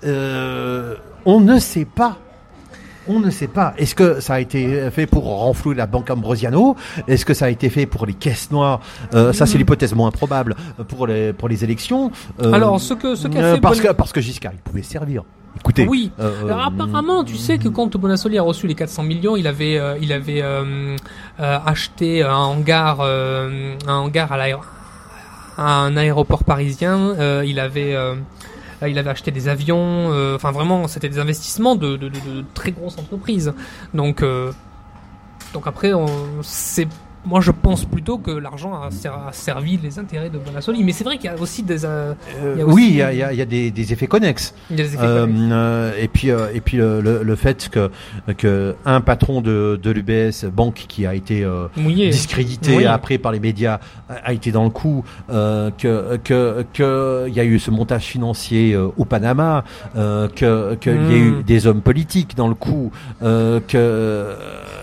euh, On ne sait pas. On ne sait pas. Est-ce que ça a été fait pour renflouer la banque Ambrosiano? Est-ce que ça a été fait pour les caisses noires? euh, Ça, c'est l'hypothèse moins probable pour les pour les élections. Euh, Alors, ce que- ce qu'a euh, fait parce Bonne- que parce que Giscard, il pouvait servir. Écoutez. Oui. euh, Alors, apparemment, tu sais que quand Bonassoli a reçu les quatre cents millions, il avait, euh, il avait euh, euh, acheté un hangar, euh, un hangar à, l'aéro- à un aéroport parisien. Euh, il avait, euh, il avait acheté des avions. euh, Enfin, vraiment, c'était des investissements de, de, de, de très grosses entreprises. Donc, euh, donc après, on, c'est moi je pense plutôt que l'argent a, ser- a servi les intérêts de Bonassoli. Mais c'est vrai qu'il y a aussi des. Euh, Euh, il y a oui, aussi- il y a, il y a- il y a des, des effets connexes. il y a des effets Euh, connexes. euh, et puis, euh, et puis euh, le, le fait que, que un patron de, de l'U B S banque qui a été euh, Mouillé. discrédité Oui. après par les médias a, a été dans le coup, euh, que que que il y a eu ce montage financier euh, au Panama, euh, que qu'il y a eu Mm. des hommes politiques dans le coup, euh, que euh,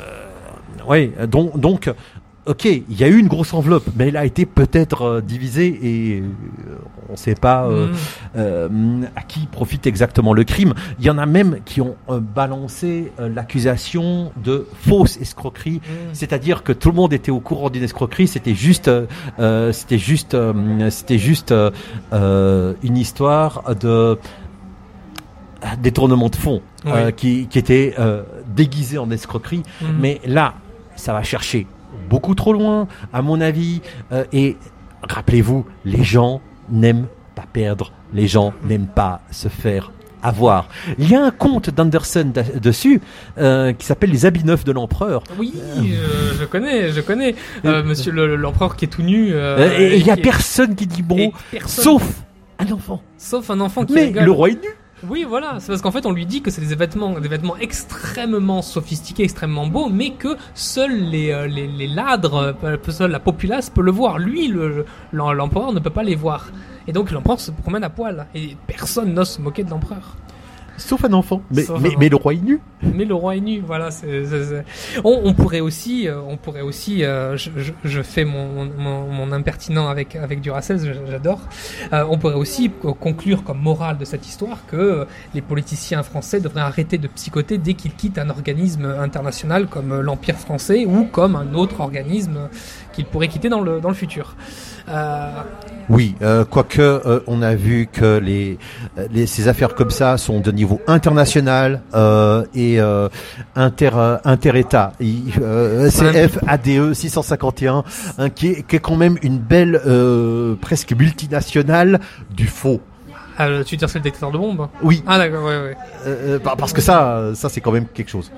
ouais, donc donc. Ok, il y a eu une grosse enveloppe, mais elle a été peut-être euh, divisée et euh, on ne sait pas euh, Mm. euh, à qui profite exactement le crime. Il y en a même qui ont euh, balancé euh, l'accusation de fausse escroquerie, Mm. c'est-à-dire que tout le monde était au courant d'une escroquerie, c'était juste, euh, euh, c'était juste, euh, c'était juste euh, euh, une histoire de détournement de fonds Oui. euh, qui, qui était euh, déguisé en escroquerie. Mm. Mais là, ça va chercher beaucoup trop loin, à mon avis. Euh, et rappelez-vous, les gens n'aiment pas perdre, les gens n'aiment pas se faire avoir. Il y a un conte d'Anderson da- dessus euh, qui s'appelle Les habits neufs de l'empereur. Oui, euh, je connais, je connais. Euh, monsieur le- l'empereur qui est tout nu. euh, Euh, et il y a qui est- personne qui dit bon, et personne- sauf un enfant. sauf un enfant qui Mais rigole. le roi est nu. Oui, voilà. C'est parce qu'en fait, on lui dit que c'est des vêtements, des vêtements extrêmement sophistiqués, extrêmement beaux, mais que seuls les, euh, les, les ladres, euh, seule la populace peut le voir. Lui, le, l'em- l'empereur ne peut pas les voir. Et donc, l'empereur se promène à poil. Et personne n'ose se moquer de l'empereur. Sauf un enfant. Mais, Sauf mais, un mais le roi est nu. Mais le roi est nu, voilà. C'est, c'est, c'est- On, on pourrait aussi, euh, on pourrait aussi, euh, je, je, je fais mon, mon, mon impertinent avec avec Duracell, je- j'adore. Euh, on pourrait aussi co- conclure comme morale de cette histoire que euh, les politiciens français devraient arrêter de psychoter dès qu'ils quittent un organisme international comme euh, l'Empire français ou comme un autre organisme qu'ils pourraient quitter dans le dans le futur. Euh, Oui, euh, quoique euh, on a vu que les, les ces affaires comme ça sont de niveau international euh, et euh, inter euh, inter-État. Il- Euh, C F A D E six cent cinquante et un, hein, qui, est, qui est quand même une belle euh, presque multinationale du faux. euh, tu veux dire c'est le détecteur de bombes? Oui, Ah d'accord, ouais, ouais. euh, par- parce que ça, ça c'est quand même quelque chose.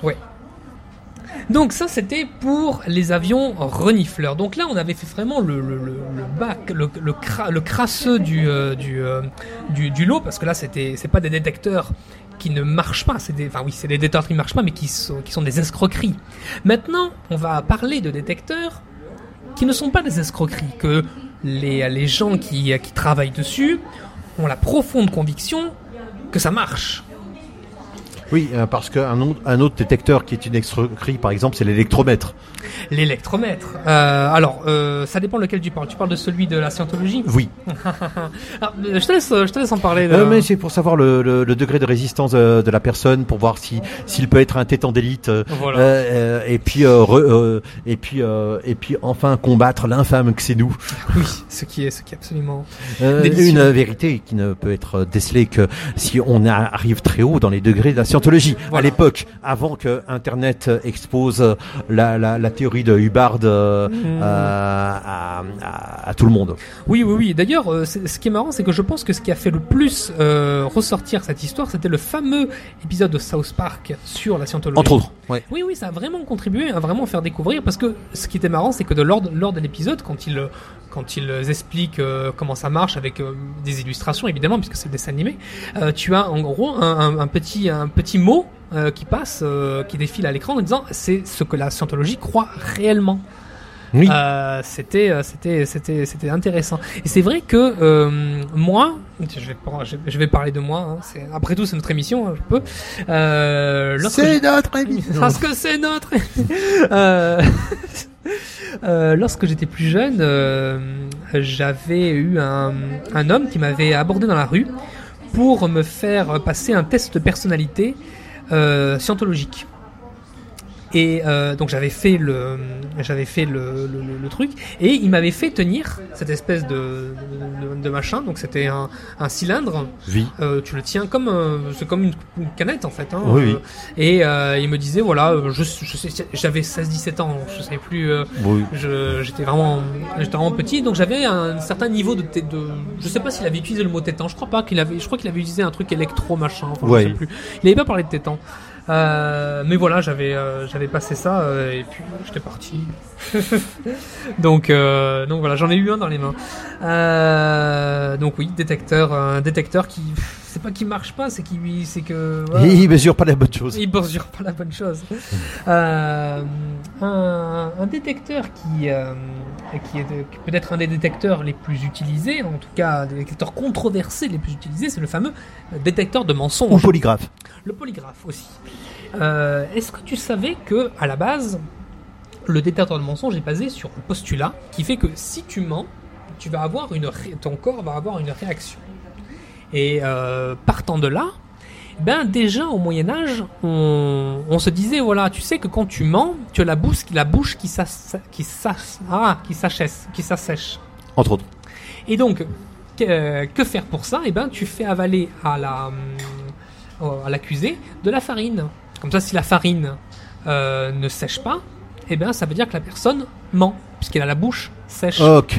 Donc ça c'était pour les avions renifleurs. Donc là on avait fait vraiment le, le, le, le bac, le, le, cra, le crasseux du, euh, du, euh, du, du lot, parce que là c'était c'est pas des détecteurs qui ne marchent pas, c'est des, enfin oui c'est des détecteurs qui marchent pas mais qui sont, qui sont des escroqueries. Maintenant on va parler de détecteurs qui ne sont pas des escroqueries, que les, les gens qui, qui travaillent dessus ont la profonde conviction que ça marche. Oui, euh, parce qu'un autre, un autre détecteur qui est une escroquerie, par exemple, c'est l'électromètre. L'électromètre. Euh, alors, euh, ça dépend lequel tu parles. Tu parles de celui de la scientologie. Oui. Ah, je te laisse, je te laisse en parler. De... Euh, mais c'est pour savoir le, le, le degré de résistance de, de la personne, pour voir si s'il peut être un tétan d'élite. euh, Voilà. euh, et puis euh, re- euh, et puis euh, et puis enfin combattre l'infâme que c'est nous. Oui, ce qui est, ce qui est absolument. Euh, Délicieux. une vérité qui ne peut être décelée que si on a- arrive très haut dans les degrés de la scientologie. Voilà. À l'époque, avant que Internet expose la, la, la théorie de Hubbard euh, Mmh. à, à, à tout le monde. Oui, oui, oui. D'ailleurs, euh, c'est- ce qui est marrant, c'est que je pense que ce qui a fait le plus euh, ressortir cette histoire, c'était le fameux épisode de South Park sur la scientologie. Entre autres. Ouais. Oui, oui, ça a vraiment contribué à vraiment faire découvrir, parce que ce qui était marrant, c'est que de lors, lors de l'épisode, quand ils, quand ils expliquent euh, comment ça marche, avec euh, des illustrations évidemment, puisque c'est le dessin animé, euh, tu as en gros un, un, un petit, un petit mot euh, qui passe, euh, qui défile à l'écran en disant c'est ce que la scientologie croit réellement. Oui. Euh, c'était, euh, c'était, c'était, c'était intéressant. Et c'est vrai que euh, moi, je vais, je vais- je vais parler de moi. Hein, c'est, après tout, c'est notre émission, hein, je peux. Euh, lorsque C'est j'ai- notre émission. Parce que c'est notre. euh... euh, lorsque j'étais plus jeune, euh, j'avais eu un, un homme qui m'avait abordé dans la rue pour me faire passer un test de personnalité euh, scientologique. Et euh, donc j'avais fait le, j'avais fait le, le, le- le truc, et il m'avait fait tenir cette espèce de, de, de machin. Donc c'était un, un cylindre. Oui. Euh, tu le tiens comme, euh, c'est comme une, une canette en fait. Hein, Oui, oui. Euh, et euh, il me disait voilà, euh, je, je sais, j'avais seize dix-sept ans, je savais plus. Euh, Oui. je, j'étais vraiment, j'étais vraiment petit, donc j'avais un certain niveau de, té- de, je sais pas s'il avait utilisé le mot tétan. Je crois pas qu'il avait, je crois qu'il avait utilisé un truc électro machin. Enfin, Ouais. je sais plus. Il avait pas parlé de tétan. Euh, mais voilà, j'avais euh, j'avais passé ça euh, et puis j'étais parti. donc euh, donc voilà, j'en ai eu un dans les mains. Euh, donc oui, détecteur, un détecteur qui, c'est pas qu'il marche pas, c'est qu'il, c'est que. Voilà, il mesure pas la bonne chose. Il mesure pas la bonne chose. euh, un, un détecteur qui euh, qui est de, qui peut être un des détecteurs les plus utilisés, en tout cas un des détecteurs controversés les plus utilisés, c'est le fameux détecteur de mensonges. Ou polygraphe. Le polygraphe aussi. Euh, est-ce que tu savais que, à la base, le détecteur de mensonges est basé sur un postulat qui fait que si tu mens, tu vas avoir une ré... ton corps va avoir une réaction. Et euh, partant de là, ben déjà au Moyen Âge, on, on se disait voilà, tu sais que quand tu mens, tu as la bouche, la bouche qui s'as... qui s'as... ah, qui s'achève, qui s'assèche. Entre autres. Et donc, que, que faire pour ça? Eh ben, tu fais avaler à la à l'accusé de la farine. Comme ça, si la farine euh, ne sèche pas, eh bien, ça veut dire que la personne ment, puisqu'elle a la bouche sèche. Ok.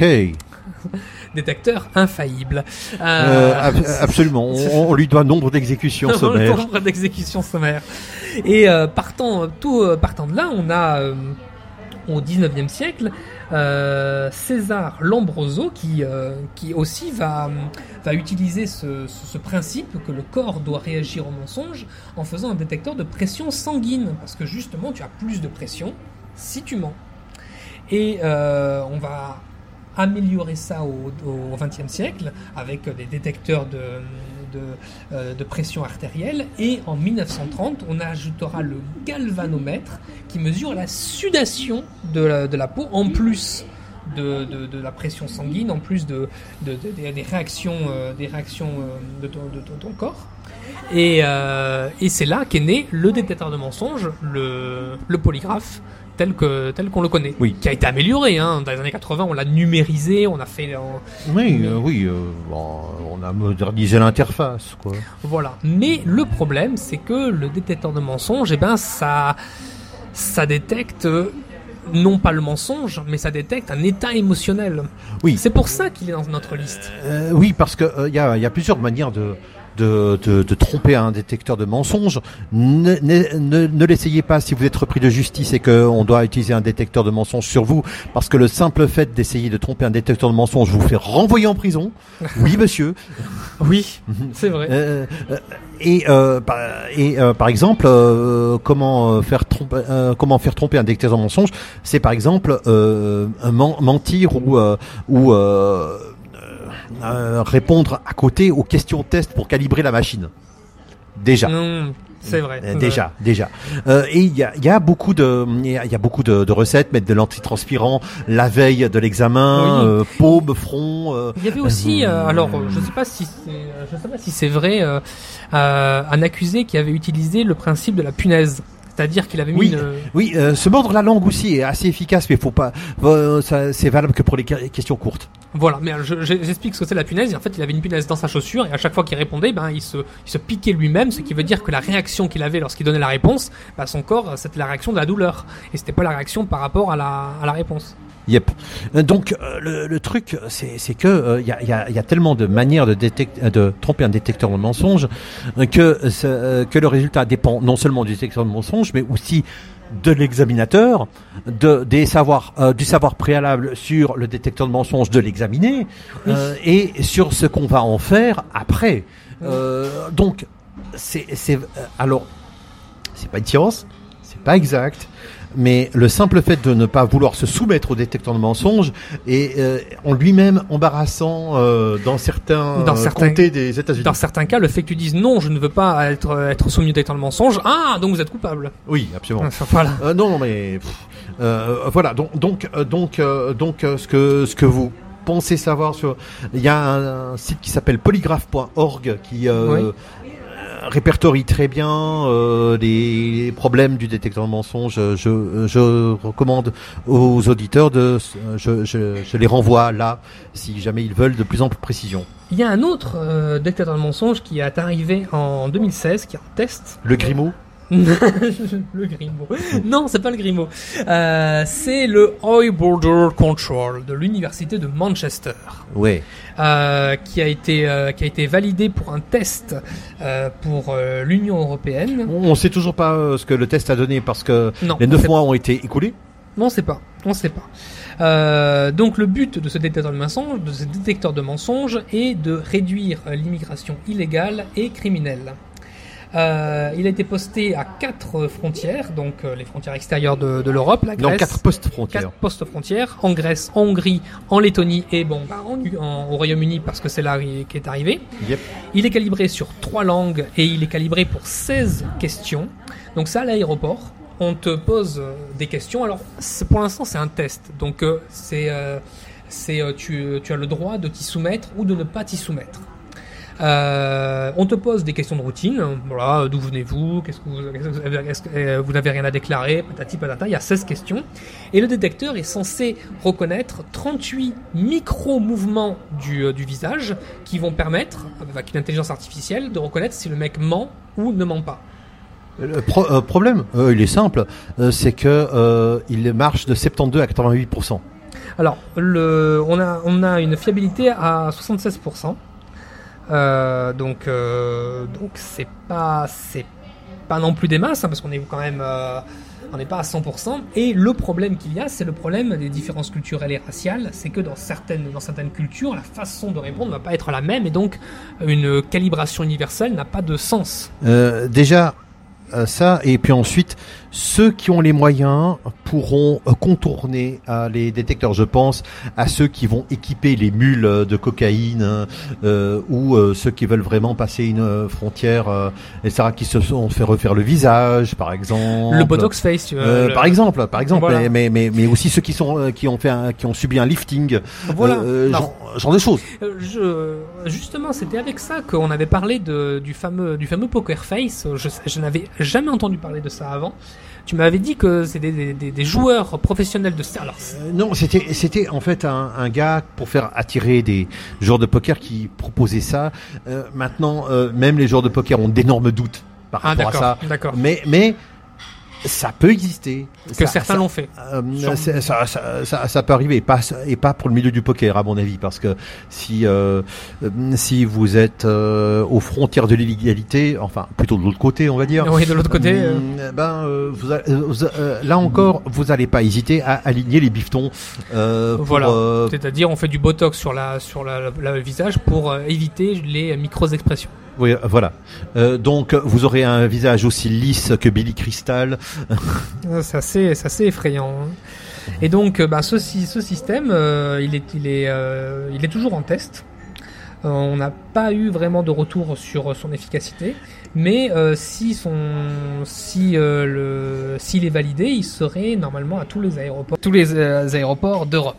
Détecteur infaillible. Euh, euh, ab- absolument. On, on lui doit nombre d'exécutions sommaires. Nombre d'exécutions sommaires. Et euh, partant, tout, euh, partant de là, on a euh, au dix-neuvième siècle euh, César Lombroso qui, euh, qui aussi va, va utiliser ce, ce, ce principe que le corps doit réagir au mensonge en faisant un détecteur de pression sanguine, parce que justement tu as plus de pression si tu mens. Et euh, on va améliorer ça au vingtième siècle avec des détecteurs de, de, euh, de pression artérielle, et en mille neuf cent trente on ajoutera le galvanomètre qui mesure la sudation de la, de la peau en plus de, de, de la pression sanguine, en plus de, de, de, de des réactions, euh, des réactions euh, de, ton, de, ton, de ton corps. Et, euh, et c'est là qu'est né le détecteur de mensonges, le, le polygraphe, tel que tel qu'on le connaît, oui, qui a été amélioré. Hein. Dans les années quatre-vingts, on l'a numérisé, on a fait. On... Oui, euh, oui, euh, bon, on a modernisé l'interface, quoi. Voilà. Mais le problème, c'est que le détecteur de mensonges, eh ben, ça, ça détecte non pas le mensonge, mais ça détecte un état émotionnel. Oui. C'est pour ça qu'il est dans notre liste. Euh, oui, parce que il euh, y a y a plusieurs manières de De, de, de tromper un détecteur de mensonges. Ne, ne, ne, ne l'essayez pas si vous êtes repris de justice et qu'on doit utiliser un détecteur de mensonges sur vous, parce que le simple fait d'essayer de tromper un détecteur de mensonges vous fait renvoyer en prison. Oui, monsieur. Oui, c'est vrai. Euh, euh, et euh, par, et euh, par exemple, euh, comment faire tromper, euh, comment faire tromper un détecteur de mensonges, c'est par exemple euh, man- mentir ou euh, ou euh, Euh, répondre à côté aux questions test pour calibrer la machine. Déjà. Mmh, c'est vrai. Euh, déjà, vrai. déjà. Euh, et il y a, y a beaucoup de, il y, y a beaucoup de, de recettes, mettre de l'antitranspirant la veille de l'examen, oui. euh, paume, front. Euh, il y avait aussi, euh, alors, je sais pas si c'est, je sais pas si c'est vrai, euh, euh, un accusé qui avait utilisé le principe de la punaise. C'est-à-dire qu'il avait mis oui, une... oui, euh, se mordre la langue aussi est assez efficace, mais faut pas, euh, ça, c'est valable que pour les questions courtes. Voilà, mais je, je, j'explique ce que c'est la punaise. Et en fait, il avait une punaise dans sa chaussure, et à chaque fois qu'il répondait, ben, il se, il se piquait lui-même, ce qui veut dire que la réaction qu'il avait lorsqu'il donnait la réponse, ben, son corps, c'était la réaction de la douleur, et c'était pas la réaction par rapport à la, à la réponse. Yep. Donc euh, le, le truc, c'est, c'est que il euh, y, a, y, a, y a tellement de manières de, détect, de tromper un détecteur de mensonges que euh, que le résultat dépend non seulement du détecteur de mensonges, mais aussi de l'examinateur, de des savoirs, euh, du savoir préalable sur le détecteur de mensonges de l'examiner, euh, et sur ce qu'on va en faire après. Euh, donc c'est c'est alors c'est pas une science, c'est pas exact. Mais le simple fait de ne pas vouloir se soumettre au détecteur de mensonges est euh, en lui-même embarrassant euh, dans certains, dans euh, certains comtés des États-Unis. Dans certains cas, le fait que tu dises non, je ne veux pas être être soumis au détecteur de mensonges, ah donc vous êtes coupable. Oui, absolument. Enfin, voilà. Euh, non, non, mais pff, euh, voilà. Donc, donc, euh, donc, euh, donc, euh, ce que ce que vous pensez savoir sur, il y a un, un site qui s'appelle polygraphe point org qui euh, oui. répertorie très bien euh, les problèmes du détecteur de mensonges. Je, je recommande aux auditeurs de, je, je, je les renvoie là si jamais ils veulent de plus amples précisions. Il y a un autre euh, détecteur de mensonges qui est arrivé en deux mille seize, qui est en test. Le Grimaud ? Le Grimaud. Non, c'est pas le Grimaud. Euh, c'est le High Border Control de l'université de Manchester. Ouais. Euh, qui a été euh, qui a été validé pour un test euh, pour euh, l'Union européenne. On ne sait toujours pas euh, ce que le test a donné parce que non, les neuf mois ont été écoulés. Non, on sait pas. On sait pas. Euh, donc le but de ce détecteur de mensonges, de ce détecteur de mensonges, est de réduire l'immigration illégale et criminelle. Euh, il a été posté à quatre frontières, donc euh, les frontières extérieures de, de l'Europe, la Grèce. Non, quatre postes frontières. Quatre postes frontières, en Grèce, en Hongrie, en Lettonie et bon, bah, en, en, au Royaume-Uni parce que c'est là qui est arrivé. Yep. Il est calibré sur trois langues et il est calibré pour seize questions. Donc ça, à l'aéroport, on te pose des questions. Alors, pour l'instant, c'est un test. Donc, euh, c'est, euh, c'est, euh, tu, tu as le droit de t'y soumettre ou de ne pas t'y soumettre. Euh, on te pose des questions de routine, voilà, d'où venez-vous, qu'est-ce que vous, est-ce que vous n'avez rien à déclarer, patati patata, il y a seize questions, et le détecteur est censé reconnaître trente-huit micro-mouvements du, du visage qui vont permettre, avec une intelligence artificielle, de reconnaître si le mec ment ou ne ment pas. Le pro- euh, problème, euh, il est simple, euh, c'est que euh, il marche de soixante-douze à quatre-vingt-huit pour cent. Alors, le, on a, on a une fiabilité à soixante-seize pour cent. Euh, donc, euh, donc c'est pas, c'est pas non plus des masses, hein, parce qu'on est quand même, euh, on n'est pas à cent pour cent. Et le problème qu'il y a, c'est le problème des différences culturelles et raciales, c'est que dans certaines, dans certaines cultures, la façon de répondre ne va pas être la même, et donc une calibration universelle n'a pas de sens. Euh, déjà. Ça, et puis ensuite, ceux qui ont les moyens pourront contourner euh, les détecteurs. Je pense à ceux qui vont équiper les mules de cocaïne euh, ou euh, ceux qui veulent vraiment passer une euh, frontière, euh, et cetera, qui se sont fait refaire le visage, par exemple. Le Botox face, tu vois. Euh, le... Par exemple, par exemple, voilà. mais, mais mais aussi ceux qui sont euh, qui ont fait un, qui ont subi un lifting, voilà. euh, genre, genre de choses. Je, justement, c'était avec ça qu'on avait parlé de, du fameux du fameux poker face. Je, je n'avais jamais entendu parler de ça avant. Tu m'avais dit que c'était des, des, des joueurs professionnels de ça. Alors, euh, non, c'était c'était en fait un, un gars pour faire attirer des joueurs de poker qui proposait ça. Euh, maintenant, euh, même les joueurs de poker ont d'énormes doutes par ah, rapport à ça. D'accord. Mais mais ça peut exister. Que ça, certains ça, l'ont fait. Euh, ça, ça, ça, ça, ça peut arriver, et pas, et pas pour le milieu du poker, à mon avis, parce que si euh, si vous êtes euh, aux frontières de l'illégalité, enfin plutôt de l'autre côté, on va dire. Oui, de l'autre côté. Euh... Euh, ben, euh, vous, vous, euh, là encore, vous n'allez pas hésiter à aligner les bifetons. Euh, pour, voilà. Euh... C'est-à-dire, on fait du botox sur la sur la, la, la visage pour euh, éviter les micro-expressions. Oui, voilà. Euh, donc, vous aurez un visage aussi lisse que Billy Crystal. c'est assez, c'est assez effrayant. Hein. Et donc, bah, ce, ce système, euh, il est, il est, euh, il est toujours en test. Euh, on n'a pas eu vraiment de retour sur son efficacité, mais euh, si son, si euh, le, s'il est validé, il serait normalement à tous les aéroports, tous les euh, aéroports d'Europe.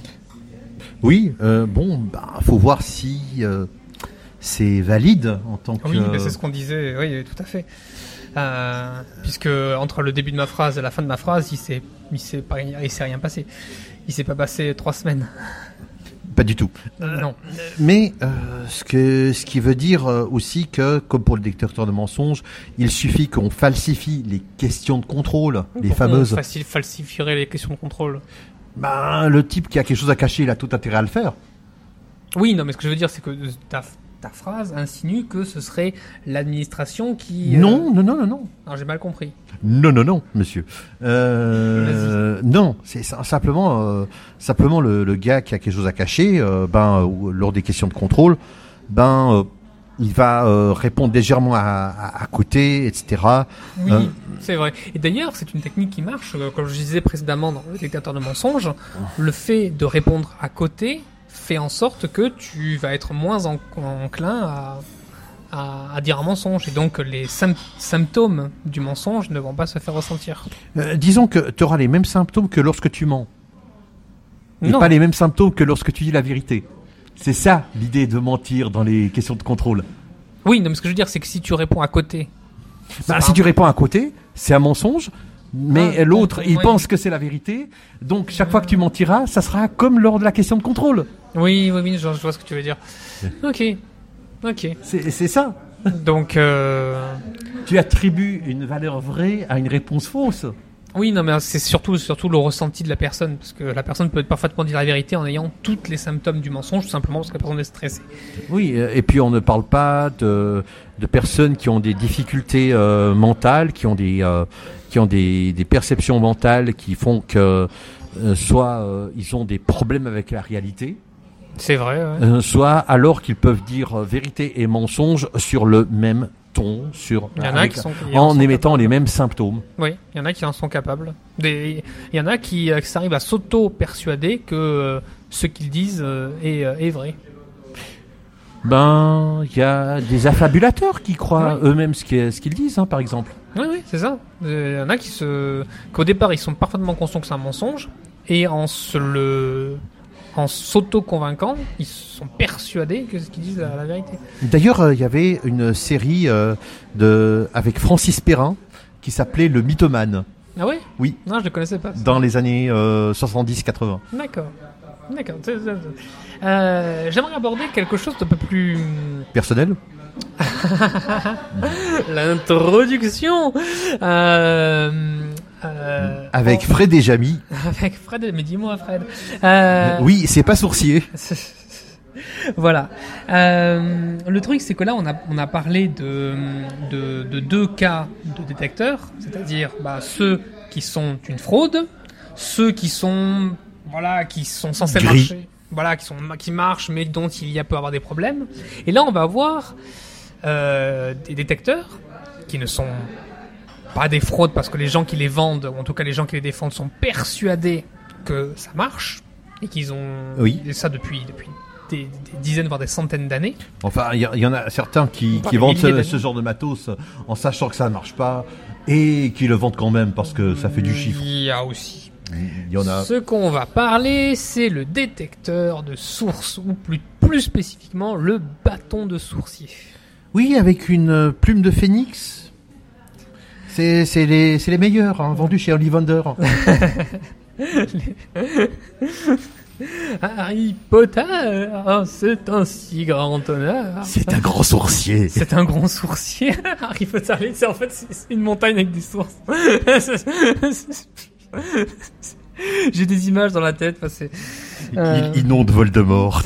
Oui, euh, bon, bah, faut voir si. Euh... c'est valide en tant que... Oui, mais c'est ce qu'on disait, oui, tout à fait. Euh, puisque entre le début de ma phrase et la fin de ma phrase, il s'est, il s'est, pas, il s'est rien passé. Il s'est pas passé trois semaines. Pas du tout. Euh, non. Mais euh, ce, que, ce qui veut dire aussi que, comme pour le détecteur de mensonges, il suffit qu'on falsifie les questions de contrôle, oui, les fameuses... On falsifierait les questions de contrôle. Ben, le type qui a quelque chose à cacher, il a tout intérêt à le faire. Oui, non, mais ce que je veux dire, c'est que ta, ta phrase insinue que ce serait l'administration qui... Non, euh... non, non, non, non. Alors, j'ai mal compris. Non, non, non, monsieur. Euh, non, c'est simplement, euh, simplement le, le gars qui a quelque chose à cacher, euh, ben, euh, lors des questions de contrôle, ben, euh, il va euh, répondre légèrement à, à, à côté, et cetera. Oui, euh, c'est vrai. Et d'ailleurs, c'est une technique qui marche. Comme je disais précédemment dans le détecteur de mensonges, le fait de répondre à côté fait en sorte que tu vas être moins en, enclin à, à, à dire un mensonge. Et donc, les sym- symptômes du mensonge ne vont pas se faire ressentir. Euh, disons que tu auras les mêmes symptômes que lorsque tu mens. Et non. pas les mêmes symptômes que lorsque tu dis la vérité. C'est ça l'idée de mentir dans les questions de contrôle. Oui, non, mais ce que je veux dire, c'est que si tu réponds à côté... Bah, si tu réponds à côté, c'est un mensonge. Mais ah, l'autre, bon, il ouais. pense que c'est la vérité. Donc, chaque fois que tu mentiras, ça sera comme lors de la question de contrôle. Oui, oui, oui, je, je vois ce que tu veux dire. Ok, ok. C'est, c'est ça. Donc, euh... tu attribues une valeur vraie à une réponse fausse. Oui, non, mais c'est surtout, surtout le ressenti de la personne, parce que la personne peut être parfaitement dire la vérité en ayant tous les symptômes du mensonge, tout simplement parce que la personne est stressée. Oui, et puis on ne parle pas de, de personnes qui ont des difficultés euh, mentales, qui ont des, euh, qui ont des, des perceptions mentales qui font que euh, soit euh, ils ont des problèmes avec la réalité. C'est vrai, ouais. euh, soit alors qu'ils peuvent dire euh, vérité et mensonge sur le même ton, sur, il y en a avec, qui sont, en sont émettant capables. Les mêmes symptômes. Oui, il y en a qui en sont capables. Des, il y en a qui, euh, qui arrivent à s'auto-persuader que euh, ce qu'ils disent euh, est, euh, est vrai. Ben, il y a des affabulateurs qui croient oui. eux-mêmes ce qu'ils, ce qu'ils disent, hein, par exemple. Oui, oui, c'est ça. Il y en a qui se, qu'au départ ils sont parfaitement conscients que c'est un mensonge, et en se le, en s'auto-convainquant, ils sont persuadés que ce qu'ils disent est la vérité. D'ailleurs, il euh, y avait une série euh, de, avec Francis Perrin qui s'appelait Le Mythomane. Ah oui? Oui. Non, je ne connaissais pas. Dans les années euh, soixante-dix quatre-vingts. D'accord. D'accord. Euh, j'aimerais aborder quelque chose d'un peu plus... Personnel. L'introduction euh, euh, Avec oh. Fred et Jamy. Avec Fred, mais dis-moi Fred. Euh, oui, c'est pas sourcier. Voilà. Euh, le truc, c'est que là, on a, on a parlé de, de, de deux cas de détecteurs, c'est-à-dire bah, ceux qui sont une fraude, ceux qui sont, voilà, qui sont censés Gris. marcher, voilà, qui sont, qui marchent, mais dont il y a peut avoir des problèmes. Et là, on va voir euh, des détecteurs qui ne sont pas des fraudes parce que les gens qui les vendent, ou en tout cas les gens qui les défendent, sont persuadés que ça marche et qu'ils ont oui. ça depuis depuis. Des, des dizaines voire des centaines d'années. Enfin, il y, y en a certains qui, qui vendent ce, ce genre de matos en sachant que ça ne marche pas et qui le vendent quand même parce que ça fait du chiffre. Il y a aussi. Il y en a. Ce qu'on va parler, c'est le détecteur de source, ou plus, plus spécifiquement le bâton de sourcier. Oui, avec une plume de phénix. C'est, c'est, les, c'est les meilleurs, hein, vendus chez Ollivander. Harry Potter, oh, c'est un si grand honneur. C'est un grand sourcier. C'est un grand sourcier. Harry Potter, c'est en fait c'est, c'est une montagne avec des sources. J'ai des images dans la tête. Enfin, c'est, euh... Il inonde Voldemort.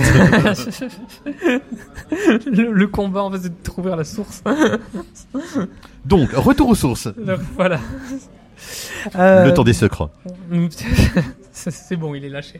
le, le combat, en fait, c'est de trouver la source. Donc, retour aux sources. Donc, voilà. Euh... Le temps des secrets. C'est bon, il est lâché.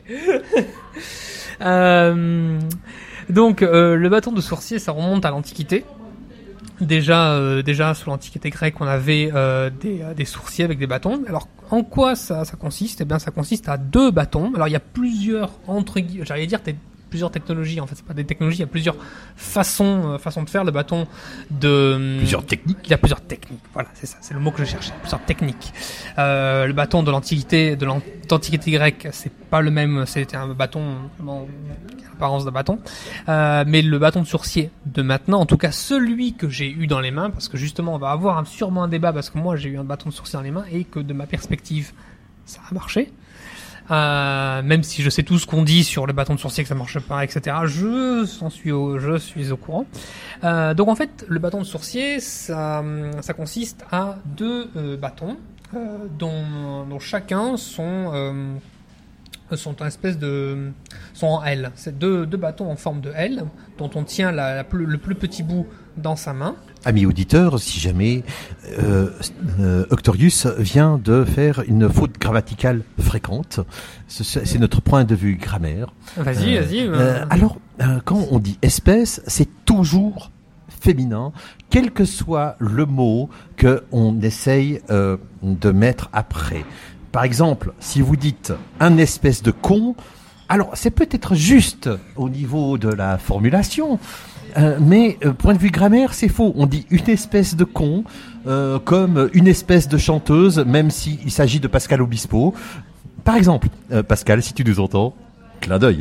euh, donc, euh, le bâton de sourcier, ça remonte à l'Antiquité. Déjà, euh, déjà sous l'Antiquité grecque, on avait euh, des, euh, des sourciers avec des bâtons. Alors, en quoi ça, ça consiste ? Eh bien, ça consiste à deux bâtons. Alors, il y a plusieurs entre guillemets, j'allais dire des, plusieurs technologies. En fait, c'est pas des technologies, il y a plusieurs façons, euh, façons de faire le bâton de. Plusieurs techniques. Il y a plusieurs techniques. Voilà, c'est ça, c'est le mot que je cherchais. Plusieurs techniques. Euh, le bâton de l'Antiquité, de l'Antiquité grecque, c'est pas le même. C'était un bâton. Bon, apparence d'un bâton, euh, mais le bâton de sourcier de maintenant, en tout cas celui que j'ai eu dans les mains, parce que justement on va avoir un, sûrement un débat, parce que moi j'ai eu un bâton de sourcier dans les mains et que de ma perspective ça a marché, euh, même si je sais tout ce qu'on dit sur le bâton de sourcier que ça marche pas, et cetera. Je s'en suis au, je suis au courant. Euh, donc en fait le bâton de sourcier, ça, ça consiste à deux euh, bâtons euh, dont, dont chacun sont euh, sont en espèce de sont en L. C'est deux, deux bâtons en forme de L dont on tient la, la plus, le plus petit bout dans sa main. Amis auditeurs, si jamais euh, euh, Octorius vient de faire une faute grammaticale fréquente, c'est notre point de vue grammaire. Vas-y, euh, vas-y. Euh, euh... alors, euh, quand on dit espèce, c'est toujours féminin, quel que soit le mot que on essaye euh, de mettre après. Par exemple, si vous dites un espèce de con, alors c'est peut-être juste au niveau de la formulation, euh, mais euh, point de vue grammaire, c'est faux. On dit une espèce de con euh, comme une espèce de chanteuse, même s'il s'agit de Pascal Obispo. Par exemple, euh, Pascal, si tu nous entends, clin d'œil.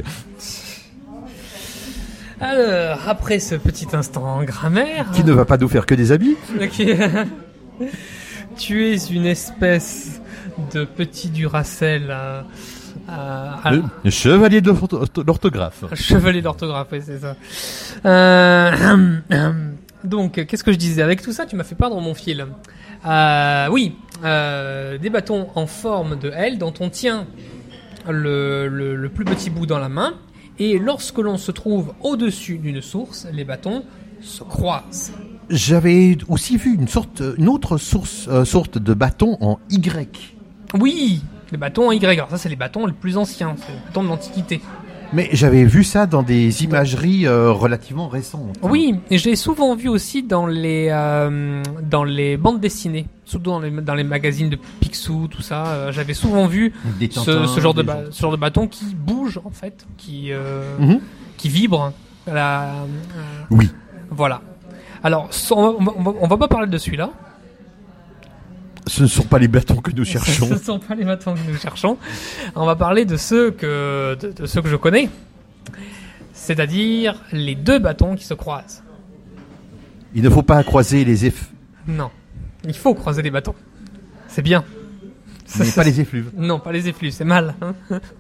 Alors, après ce petit instant en grammaire... Qui ne va pas nous faire que des amis. Okay. Tu es une espèce de petit Duracell à... à, à... Le chevalier de l'orthographe. Chevalier d'orthographe, oui, c'est ça. Euh, Donc, qu'est-ce que je disais? Avec tout ça, tu m'as fait perdre mon fil. Euh, oui, euh, des bâtons en forme de L dont on tient le, le, le plus petit bout dans la main. Et lorsque l'on se trouve au-dessus d'une source, les bâtons se croisent. J'avais aussi vu une sorte, une autre source, euh, sorte de bâton en Y. Oui, les bâtons en Y. Alors ça, c'est les bâtons les plus anciens, c'est les bâtons de l'Antiquité. Mais j'avais vu ça dans des imageries euh, relativement récentes. Oui, et je l'ai souvent vu aussi dans les euh, dans les bandes dessinées, surtout dans les, dans les magazines de Picsou, tout ça. Euh, j'avais souvent vu Des ce, Tintins, ce genre de des ba- gens. ce genre de bâton qui bouge en fait, qui euh, Mhm. qui vibre. La, euh, Oui. voilà. Alors, so- on va, on va, on va pas parler de celui-là. Ce ne sont pas les bâtons que nous cherchons. Ce ne sont pas les bâtons que nous cherchons. On va parler de ceux que, de, de ceux que je connais. C'est-à-dire les deux bâtons qui se croisent. Il ne faut pas croiser les eff... Non. Il faut croiser les bâtons. C'est bien. mais pas les effluves. Non, pas les effluves, c'est mal. hein.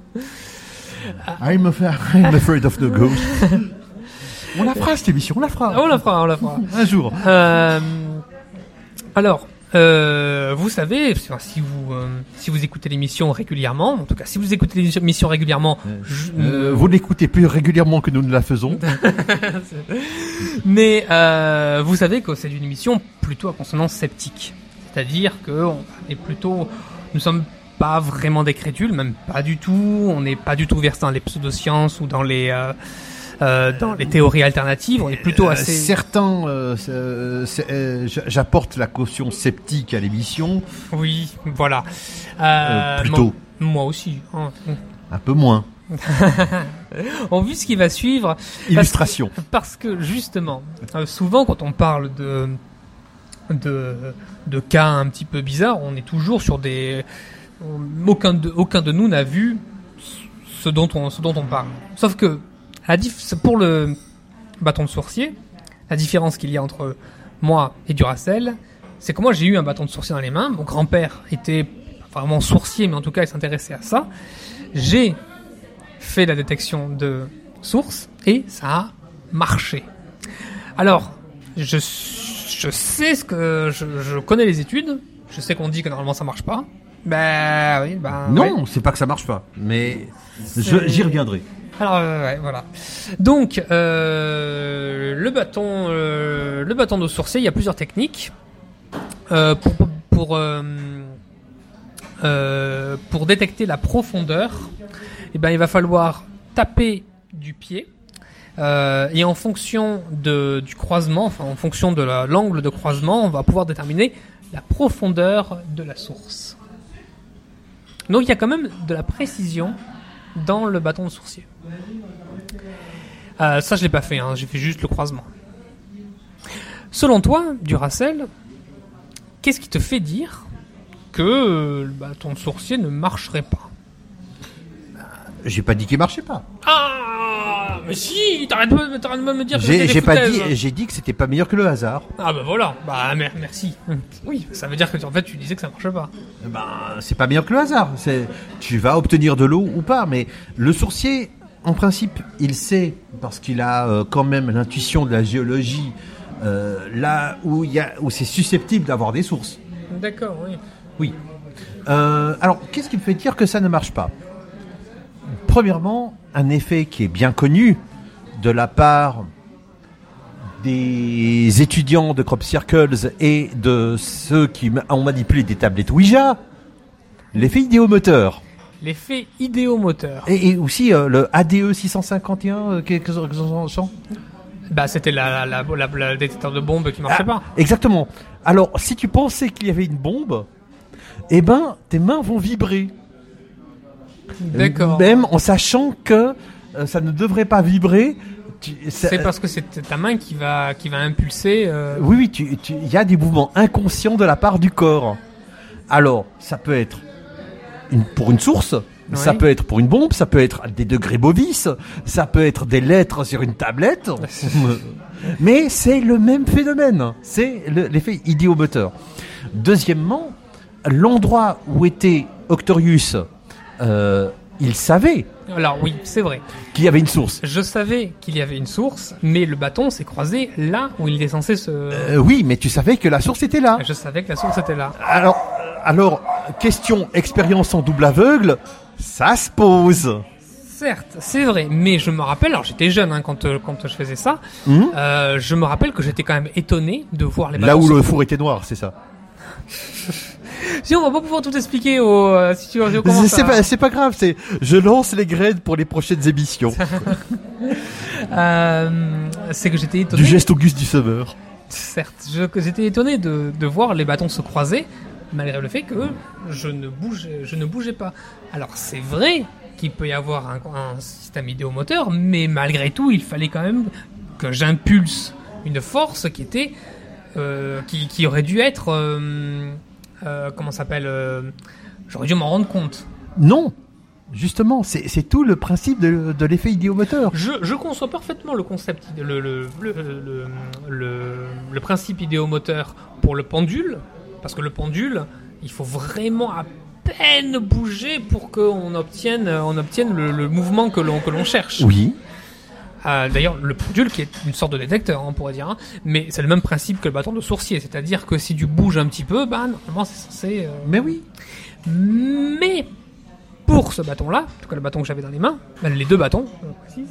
I'm, afraid, I'm afraid of the ghost. On la fera cette émission, on la fera. On la fera, on la fera. Un jour. Euh, alors, euh, vous savez, enfin, si vous euh, si vous écoutez l'émission régulièrement, en tout cas, si vous écoutez l'émission régulièrement, je- Euh, vous l'écoutez plus régulièrement que nous ne la faisons. mais euh, vous savez que c'est une émission plutôt à consonance sceptique, c'est-à-dire que on est plutôt, nous sommes pas vraiment des crédules, même pas du tout. On n'est pas du tout versé dans les pseudosciences ou dans les euh, euh, dans les théories alternatives. On est plutôt Euh, assez. certains, euh, c'est, euh, c'est, euh, j- j'apporte la caution sceptique à l'émission, Oui, voilà. Euh, Euh, plutôt. Moi, moi aussi. hein. un peu moins. On vu ce qui va suivre. Illustration. Parce que justement, euh, souvent quand on parle de, de de cas un petit peu bizarres, on est toujours sur des on- aucun de aucun de nous n'a vu ce dont on ce dont on parle. Sauf que la diff, c'est pour le bâton de sorcier, la différence qu'il y a entre moi et Duracell, c'est que moi j'ai eu un bâton de sorcier dans les mains. Mon grand-père était pas vraiment sourcier, mais en tout cas il s'intéressait à ça. J'ai fait la détection de source et ça a marché. Alors, je, je sais ce que je, je connais les études. Je sais qu'on dit que normalement ça marche pas. Ben oui, ben Non, ouais. c'est pas que ça marche pas, mais je- C'est- j'y reviendrai. Alors euh, ouais, voilà. Donc euh, le bâton, euh, le bâton de sorcier, il y a plusieurs techniques euh, pour pour euh, euh, pour détecter la profondeur. Eh ben il va falloir taper du pied. Euh, et en fonction de, du croisement, enfin en fonction de la- l'angle de croisement, on va pouvoir déterminer la profondeur de la source. Donc il y a quand même de la précision dans le bâton de sorcier. Euh, ça je l'ai pas fait, hein, j'ai fait juste le croisement. Selon toi, Duracell, qu'est-ce qui te fait dire que euh, le bâton de sorcier ne marcherait pas? J'ai pas dit qu'il marchait pas. Ah, mais si, t'arrêtes de, me- t'arrêtes de me dire que J'ai, c'était j'ai des pas foutaises. dit, j'ai dit que c'était pas meilleur que le hasard. Ah bah voilà, bah mer- merci. Oui, ça veut dire que en fait tu disais que ça marche pas. Ben, c'est pas meilleur que le hasard. C'est, tu vas obtenir de l'eau ou pas, mais le sourcier, en principe, il sait parce qu'il a euh, quand même l'intuition de la géologie, euh, là où il y a, où c'est susceptible d'avoir des sources. D'accord, oui. Oui. Euh, alors, qu'est-ce qui me fait dire que ça ne marche pas? Premièrement, un effet qui est bien connu de la part des étudiants de Crop Circles et de ceux qui ma- ont manipulé des tablettes Ouija, l'effet idéomoteur. L'effet idéomoteur. Et, et aussi euh, le A D E six cent cinquante et un, euh, qu'est- qu'est-ce que ça sent? Bah c'était la, la, la, la- le détecteur de bombe qui marchait Ah, pas. Exactement. Alors, si tu pensais qu'il y avait une bombe, eh ben, tes mains vont vibrer. D'accord. Même en sachant que euh, ça ne devrait pas vibrer. tu- ça- C'est parce que c'est ta main qui va qui va impulser. euh, Oui, oui, tu- tu- il y a des mouvements inconscients de la part du corps. Alors, ça peut être une- pour une source, ça Oui. peut être pour une bombe, ça peut être à des degrés bovis, ça peut être des lettres sur une tablette. Mais c'est le même phénomène. C'est le- l'effet idéomoteur. Deuxièmement, l'endroit où était Octorius euh, il savait Alors oui, c'est vrai. qu'il y avait une source. Je savais qu'il y avait une source, mais le bâton s'est croisé là où il était censé se... Euh, oui, mais tu savais que la source était là. Je savais que la source était là. Alors, alors, question expérience en double aveugle, ça se pose. Certes, c'est vrai, mais je me rappelle, alors j'étais jeune hein, quand, euh, quand je faisais ça, Mmh. euh, je me rappelle que j'étais quand même étonné de voir les bâtons... Là où se- le four était noir, c'est ça. Si on va pas pouvoir tout expliquer au... euh, si tu veux, si on commence C'est c'est à- pas, c'est pas grave, c'est je lance les graines pour les prochaines émissions. Euh, c'est que j'étais étonné... Du geste Auguste du Summer. Certes, je, que j'étais étonné de, de voir les bâtons se croiser, malgré le fait que je ne bougeais, je ne bougeais pas. Alors c'est vrai qu'il peut y avoir un, un système idéomoteur, mais malgré tout, il fallait quand même que j'impulse une force qui était, euh, qui, qui aurait dû être, euh, euh, comment ça s'appelle, euh, j'aurais dû m'en rendre compte. Non, justement, c'est c'est tout le principe de, de l'effet idéomoteur. Je, je conçois parfaitement le concept, le, le, le, le, le, le principe idéomoteur pour le pendule, parce que le pendule, il faut vraiment à peine bouger pour qu'on obtienne, on obtienne le, le mouvement que l'on, que l'on cherche. Oui. Euh, d'ailleurs, le pendule qui est une sorte de détecteur, on pourrait dire, hein, mais c'est le même principe que le bâton de sourcier, c'est-à-dire que si tu bouges un petit peu, bah normalement c'est censé... euh, Mais oui. Mais pour ce bâton-là, en tout cas le bâton que j'avais dans les mains, ben, les deux bâtons, on précise,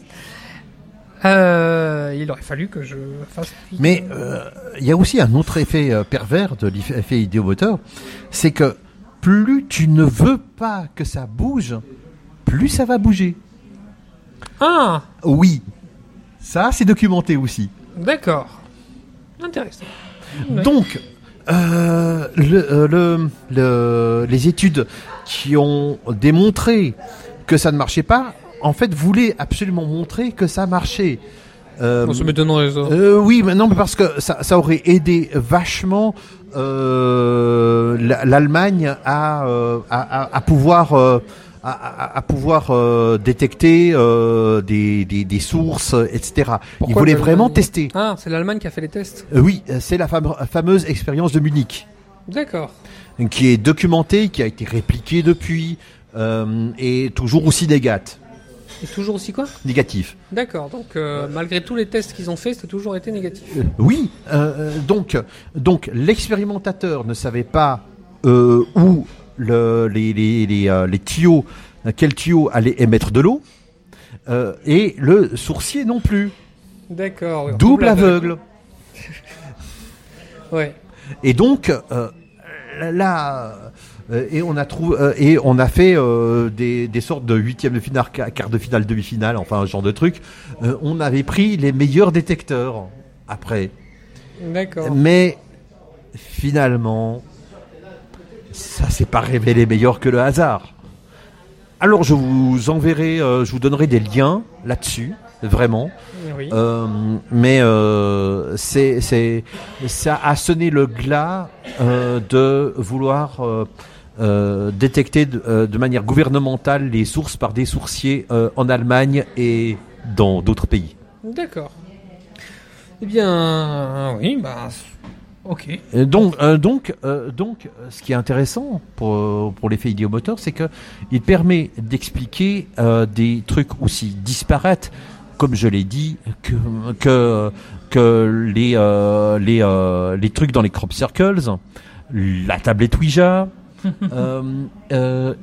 euh, il aurait fallu que je fasse... Mais euh, il y a aussi un autre effet euh, pervers de l'effet idéomoteur, c'est que plus tu ne veux pas que ça bouge, plus ça va bouger. Ah, Oui. Ça, c'est documenté aussi. d'accord. Intéressant. Ouais. Donc, euh, le, euh, le, le- les études qui ont démontré que ça ne marchait pas, en fait, voulaient absolument montrer que ça marchait. Euh, On se met dans les autres. euh, oui, mais non, mais parce que ça, ça aurait aidé vachement euh, la- l'Allemagne à, euh, à, à, à pouvoir euh, à, à- à pouvoir euh, détecter euh, des, des, des sources, et cetera. Ils Pourquoi voulaient l'Allemagne vraiment tester. Ah, c'est l'Allemagne qui a fait les tests. Euh, oui, c'est la fame- fameuse expérience de Munich, D'accord. qui est documentée, qui a été répliquée depuis, euh, et toujours aussi négate, Et toujours aussi quoi? négatif. D'accord. Donc euh, malgré tous les tests qu'ils ont fait, c'était toujours été négatif. Euh, oui, euh, donc, donc l'expérimentateur ne savait pas euh, où le, les, les, les, euh, les tuyaux, quel tuyau allait émettre de l'eau, euh, et le sourcier non plus. D'accord. oui, Double aveugle. Ouais. Et donc, euh, là, euh, et on a trouvé, euh, et on a fait euh, des, des sortes de huitième de finale, quart de finale, demi-finale, enfin un genre de truc. Euh, on avait pris les meilleurs détecteurs après, D'accord. mais finalement, ça s'est pas révélé meilleur que le hasard. Alors je vous enverrai, euh, je vous donnerai des liens là-dessus, vraiment. Oui. Euh, mais euh, c'est, c'est, ça a sonné le glas euh, de vouloir euh, euh, détecter de, euh, de manière gouvernementale les sources par des sourciers euh, en Allemagne et dans d'autres pays. D'accord. Eh bien, oui, bah, ok. Et donc, euh, donc, euh, donc, euh, ce qui est intéressant pour pour l'effet idéomoteur, c'est que il permet d'expliquer euh, des trucs aussi disparates, comme je l'ai dit, que que que les euh, les euh, les trucs dans les crop circles, la tablette Ouija, euh, euh,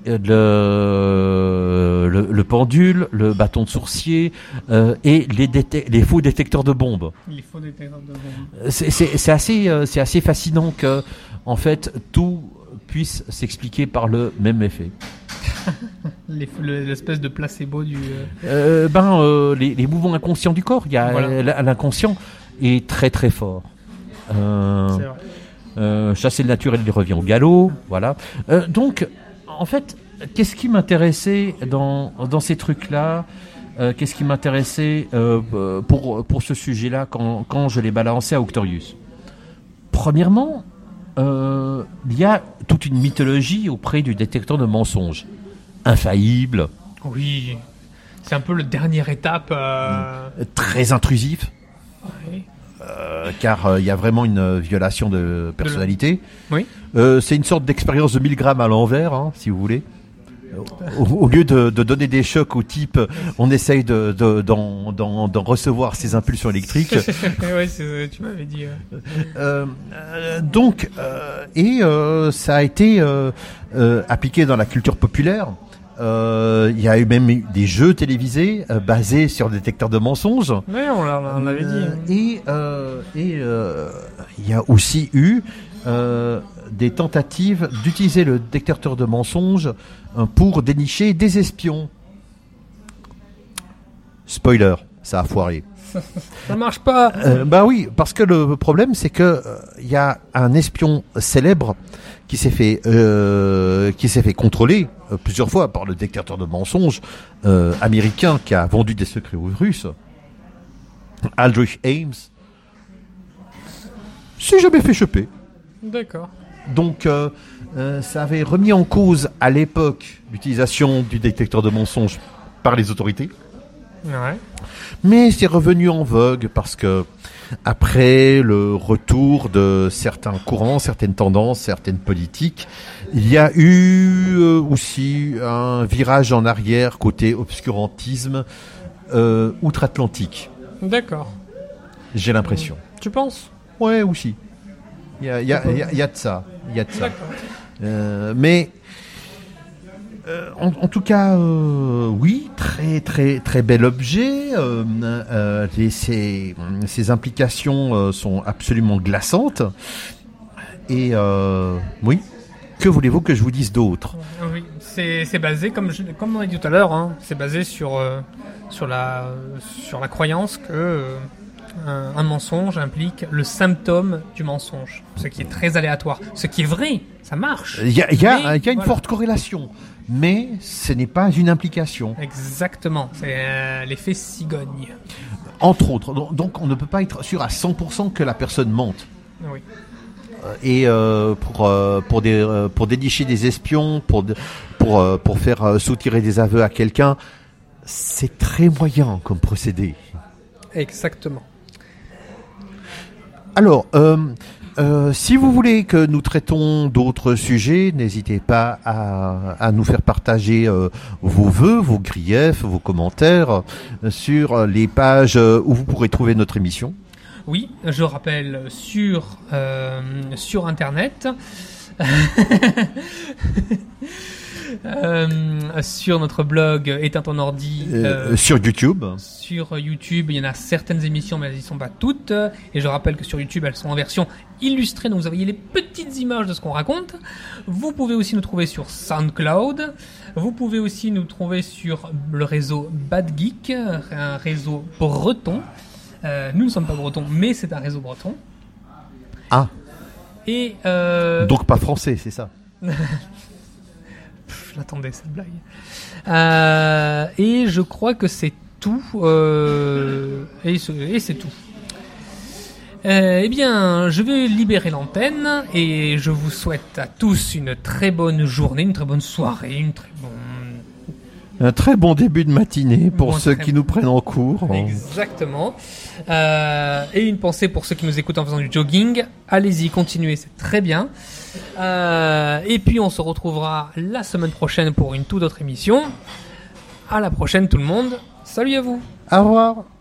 le, le le pendule, le bâton de sourcier euh, et les déte- les faux détecteurs de bombes. Il faut des détecteurs de bombes. C'est, c'est, c'est assez, euh, c'est assez fascinant que, en fait, tout puisse s'expliquer par le même effet. Les- le- L'espèce de placebo du. euh, Euh, ben, euh, les, les mouvements inconscients du corps, il y a Voilà. l- l'inconscient est très très fort. Euh, C'est vrai. euh, chasser le naturel, il revient au galop, voilà. Euh, donc, en fait, qu'est-ce qui m'intéressait dans dans ces trucs-là? Euh, qu'est-ce qui m'intéressait euh, pour pour ce sujet-là quand quand je l'ai balancé à Octorius? Premièrement, euh, il y a toute une mythologie auprès du détecteur de mensonges. Infaillible, Oui. C'est un peu le dernière étape. Euh... très intrusif, Oui. euh, car euh, il y a vraiment une euh, violation de personnalité. Oui. Euh, c'est une sorte d'expérience de mille grammes à l'envers, hein, si vous voulez. Au, au lieu de, de donner des chocs au type, on essaye de, de, d'en, d'en, d'en recevoir ces impulsions électriques. Ouais, c'est, tu m'avais dit. Ouais. Euh, euh, donc, euh, et euh, ça a été euh, euh, appliqué dans la culture populaire. Euh, Il y a eu même des jeux télévisés euh, basés sur des détecteurs de mensonges. Ouais, on, l'a, on l'avait dit. Euh, et euh, et euh, il y a aussi eu euh, des tentatives d'utiliser le détecteur de mensonges pour dénicher des espions. Spoiler, ça a foiré. Ça marche pas. Euh, bah oui, parce que le problème c'est que il euh, y a un espion célèbre qui s'est fait euh, qui s'est fait contrôler euh, plusieurs fois par le détecteur de mensonges euh, américain qui a vendu des secrets aux Russes. Aldrich Ames s'est jamais fait choper. D'accord. Donc, euh, euh, ça avait remis en cause à l'époque l'utilisation du détecteur de mensonges par les autorités. Ouais. Mais c'est revenu en vogue parce que après le retour de certains courants, certaines tendances, certaines politiques, il y a eu euh, aussi un virage en arrière côté obscurantisme euh, outre-Atlantique. D'accord. J'ai l'impression. Tu penses ? Ouais, aussi. Il y a, il y, a, il y, a, il y a de ça. Il y a de ça. Euh, mais euh, en, en tout cas, euh, oui, très très très bel objet. Euh, euh, et ces, ces implications euh, sont absolument glaçantes. Et euh, oui, que voulez-vous que je vous dise d'autre ? Oui, c'est, c'est basé, comme, je, comme on a dit tout à l'heure, hein, c'est basé sur, euh, sur, la, sur la croyance que euh, un, un mensonge implique le symptôme du mensonge, ce qui est très aléatoire. Ce qui est vrai, ça marche. Il y a, il y a, Mais, il y a une voilà. forte corrélation, mais ce n'est pas une implication. Exactement, c'est euh, l'effet cigogne. Entre autres, donc, donc on ne peut pas être sûr à cent pour cent que la personne mente. Oui. Et euh, pour euh, pour des euh, pour dénicher des espions, pour de, pour euh, pour faire euh, soutirer des aveux à quelqu'un, c'est très moyen comme procédé. Exactement. Alors, euh, euh, si vous voulez que nous traitons d'autres sujets, n'hésitez pas à, à nous faire partager euh, vos vœux, vos griefs, vos commentaires euh, sur les pages où vous pourrez trouver notre émission. Oui, je rappelle sur, euh, sur Internet, euh, sur notre blog Éteins ton ordi, Euh, euh, sur YouTube. sur YouTube, il y en a certaines émissions, mais elles n'y sont pas toutes. Et je rappelle que sur YouTube, elles sont en version illustrée, donc vous voyez les petites images de ce qu'on raconte. Vous pouvez aussi nous trouver sur SoundCloud. Vous pouvez aussi nous trouver sur le réseau Bad Geek, un réseau breton. Euh, nous ne sommes pas bretons, mais c'est un réseau breton. Ah, Et euh... donc pas français, c'est ça. Pff, je l'attendais cette blague. Euh... Et je crois que c'est tout. Euh... Et, ce... et c'est tout. Euh, eh bien, je vais libérer l'antenne et je vous souhaite à tous une très bonne journée, une très bonne soirée, une très bonne... Un très bon début de matinée pour Bon, ceux très qui bon. nous prennent en cours. Exactement. Euh, et une pensée pour ceux qui nous écoutent en faisant du jogging. Allez-y, continuez, c'est très bien. Euh, et puis on se retrouvera la semaine prochaine pour une toute autre émission. À la prochaine tout le monde. Salut à vous. Au revoir.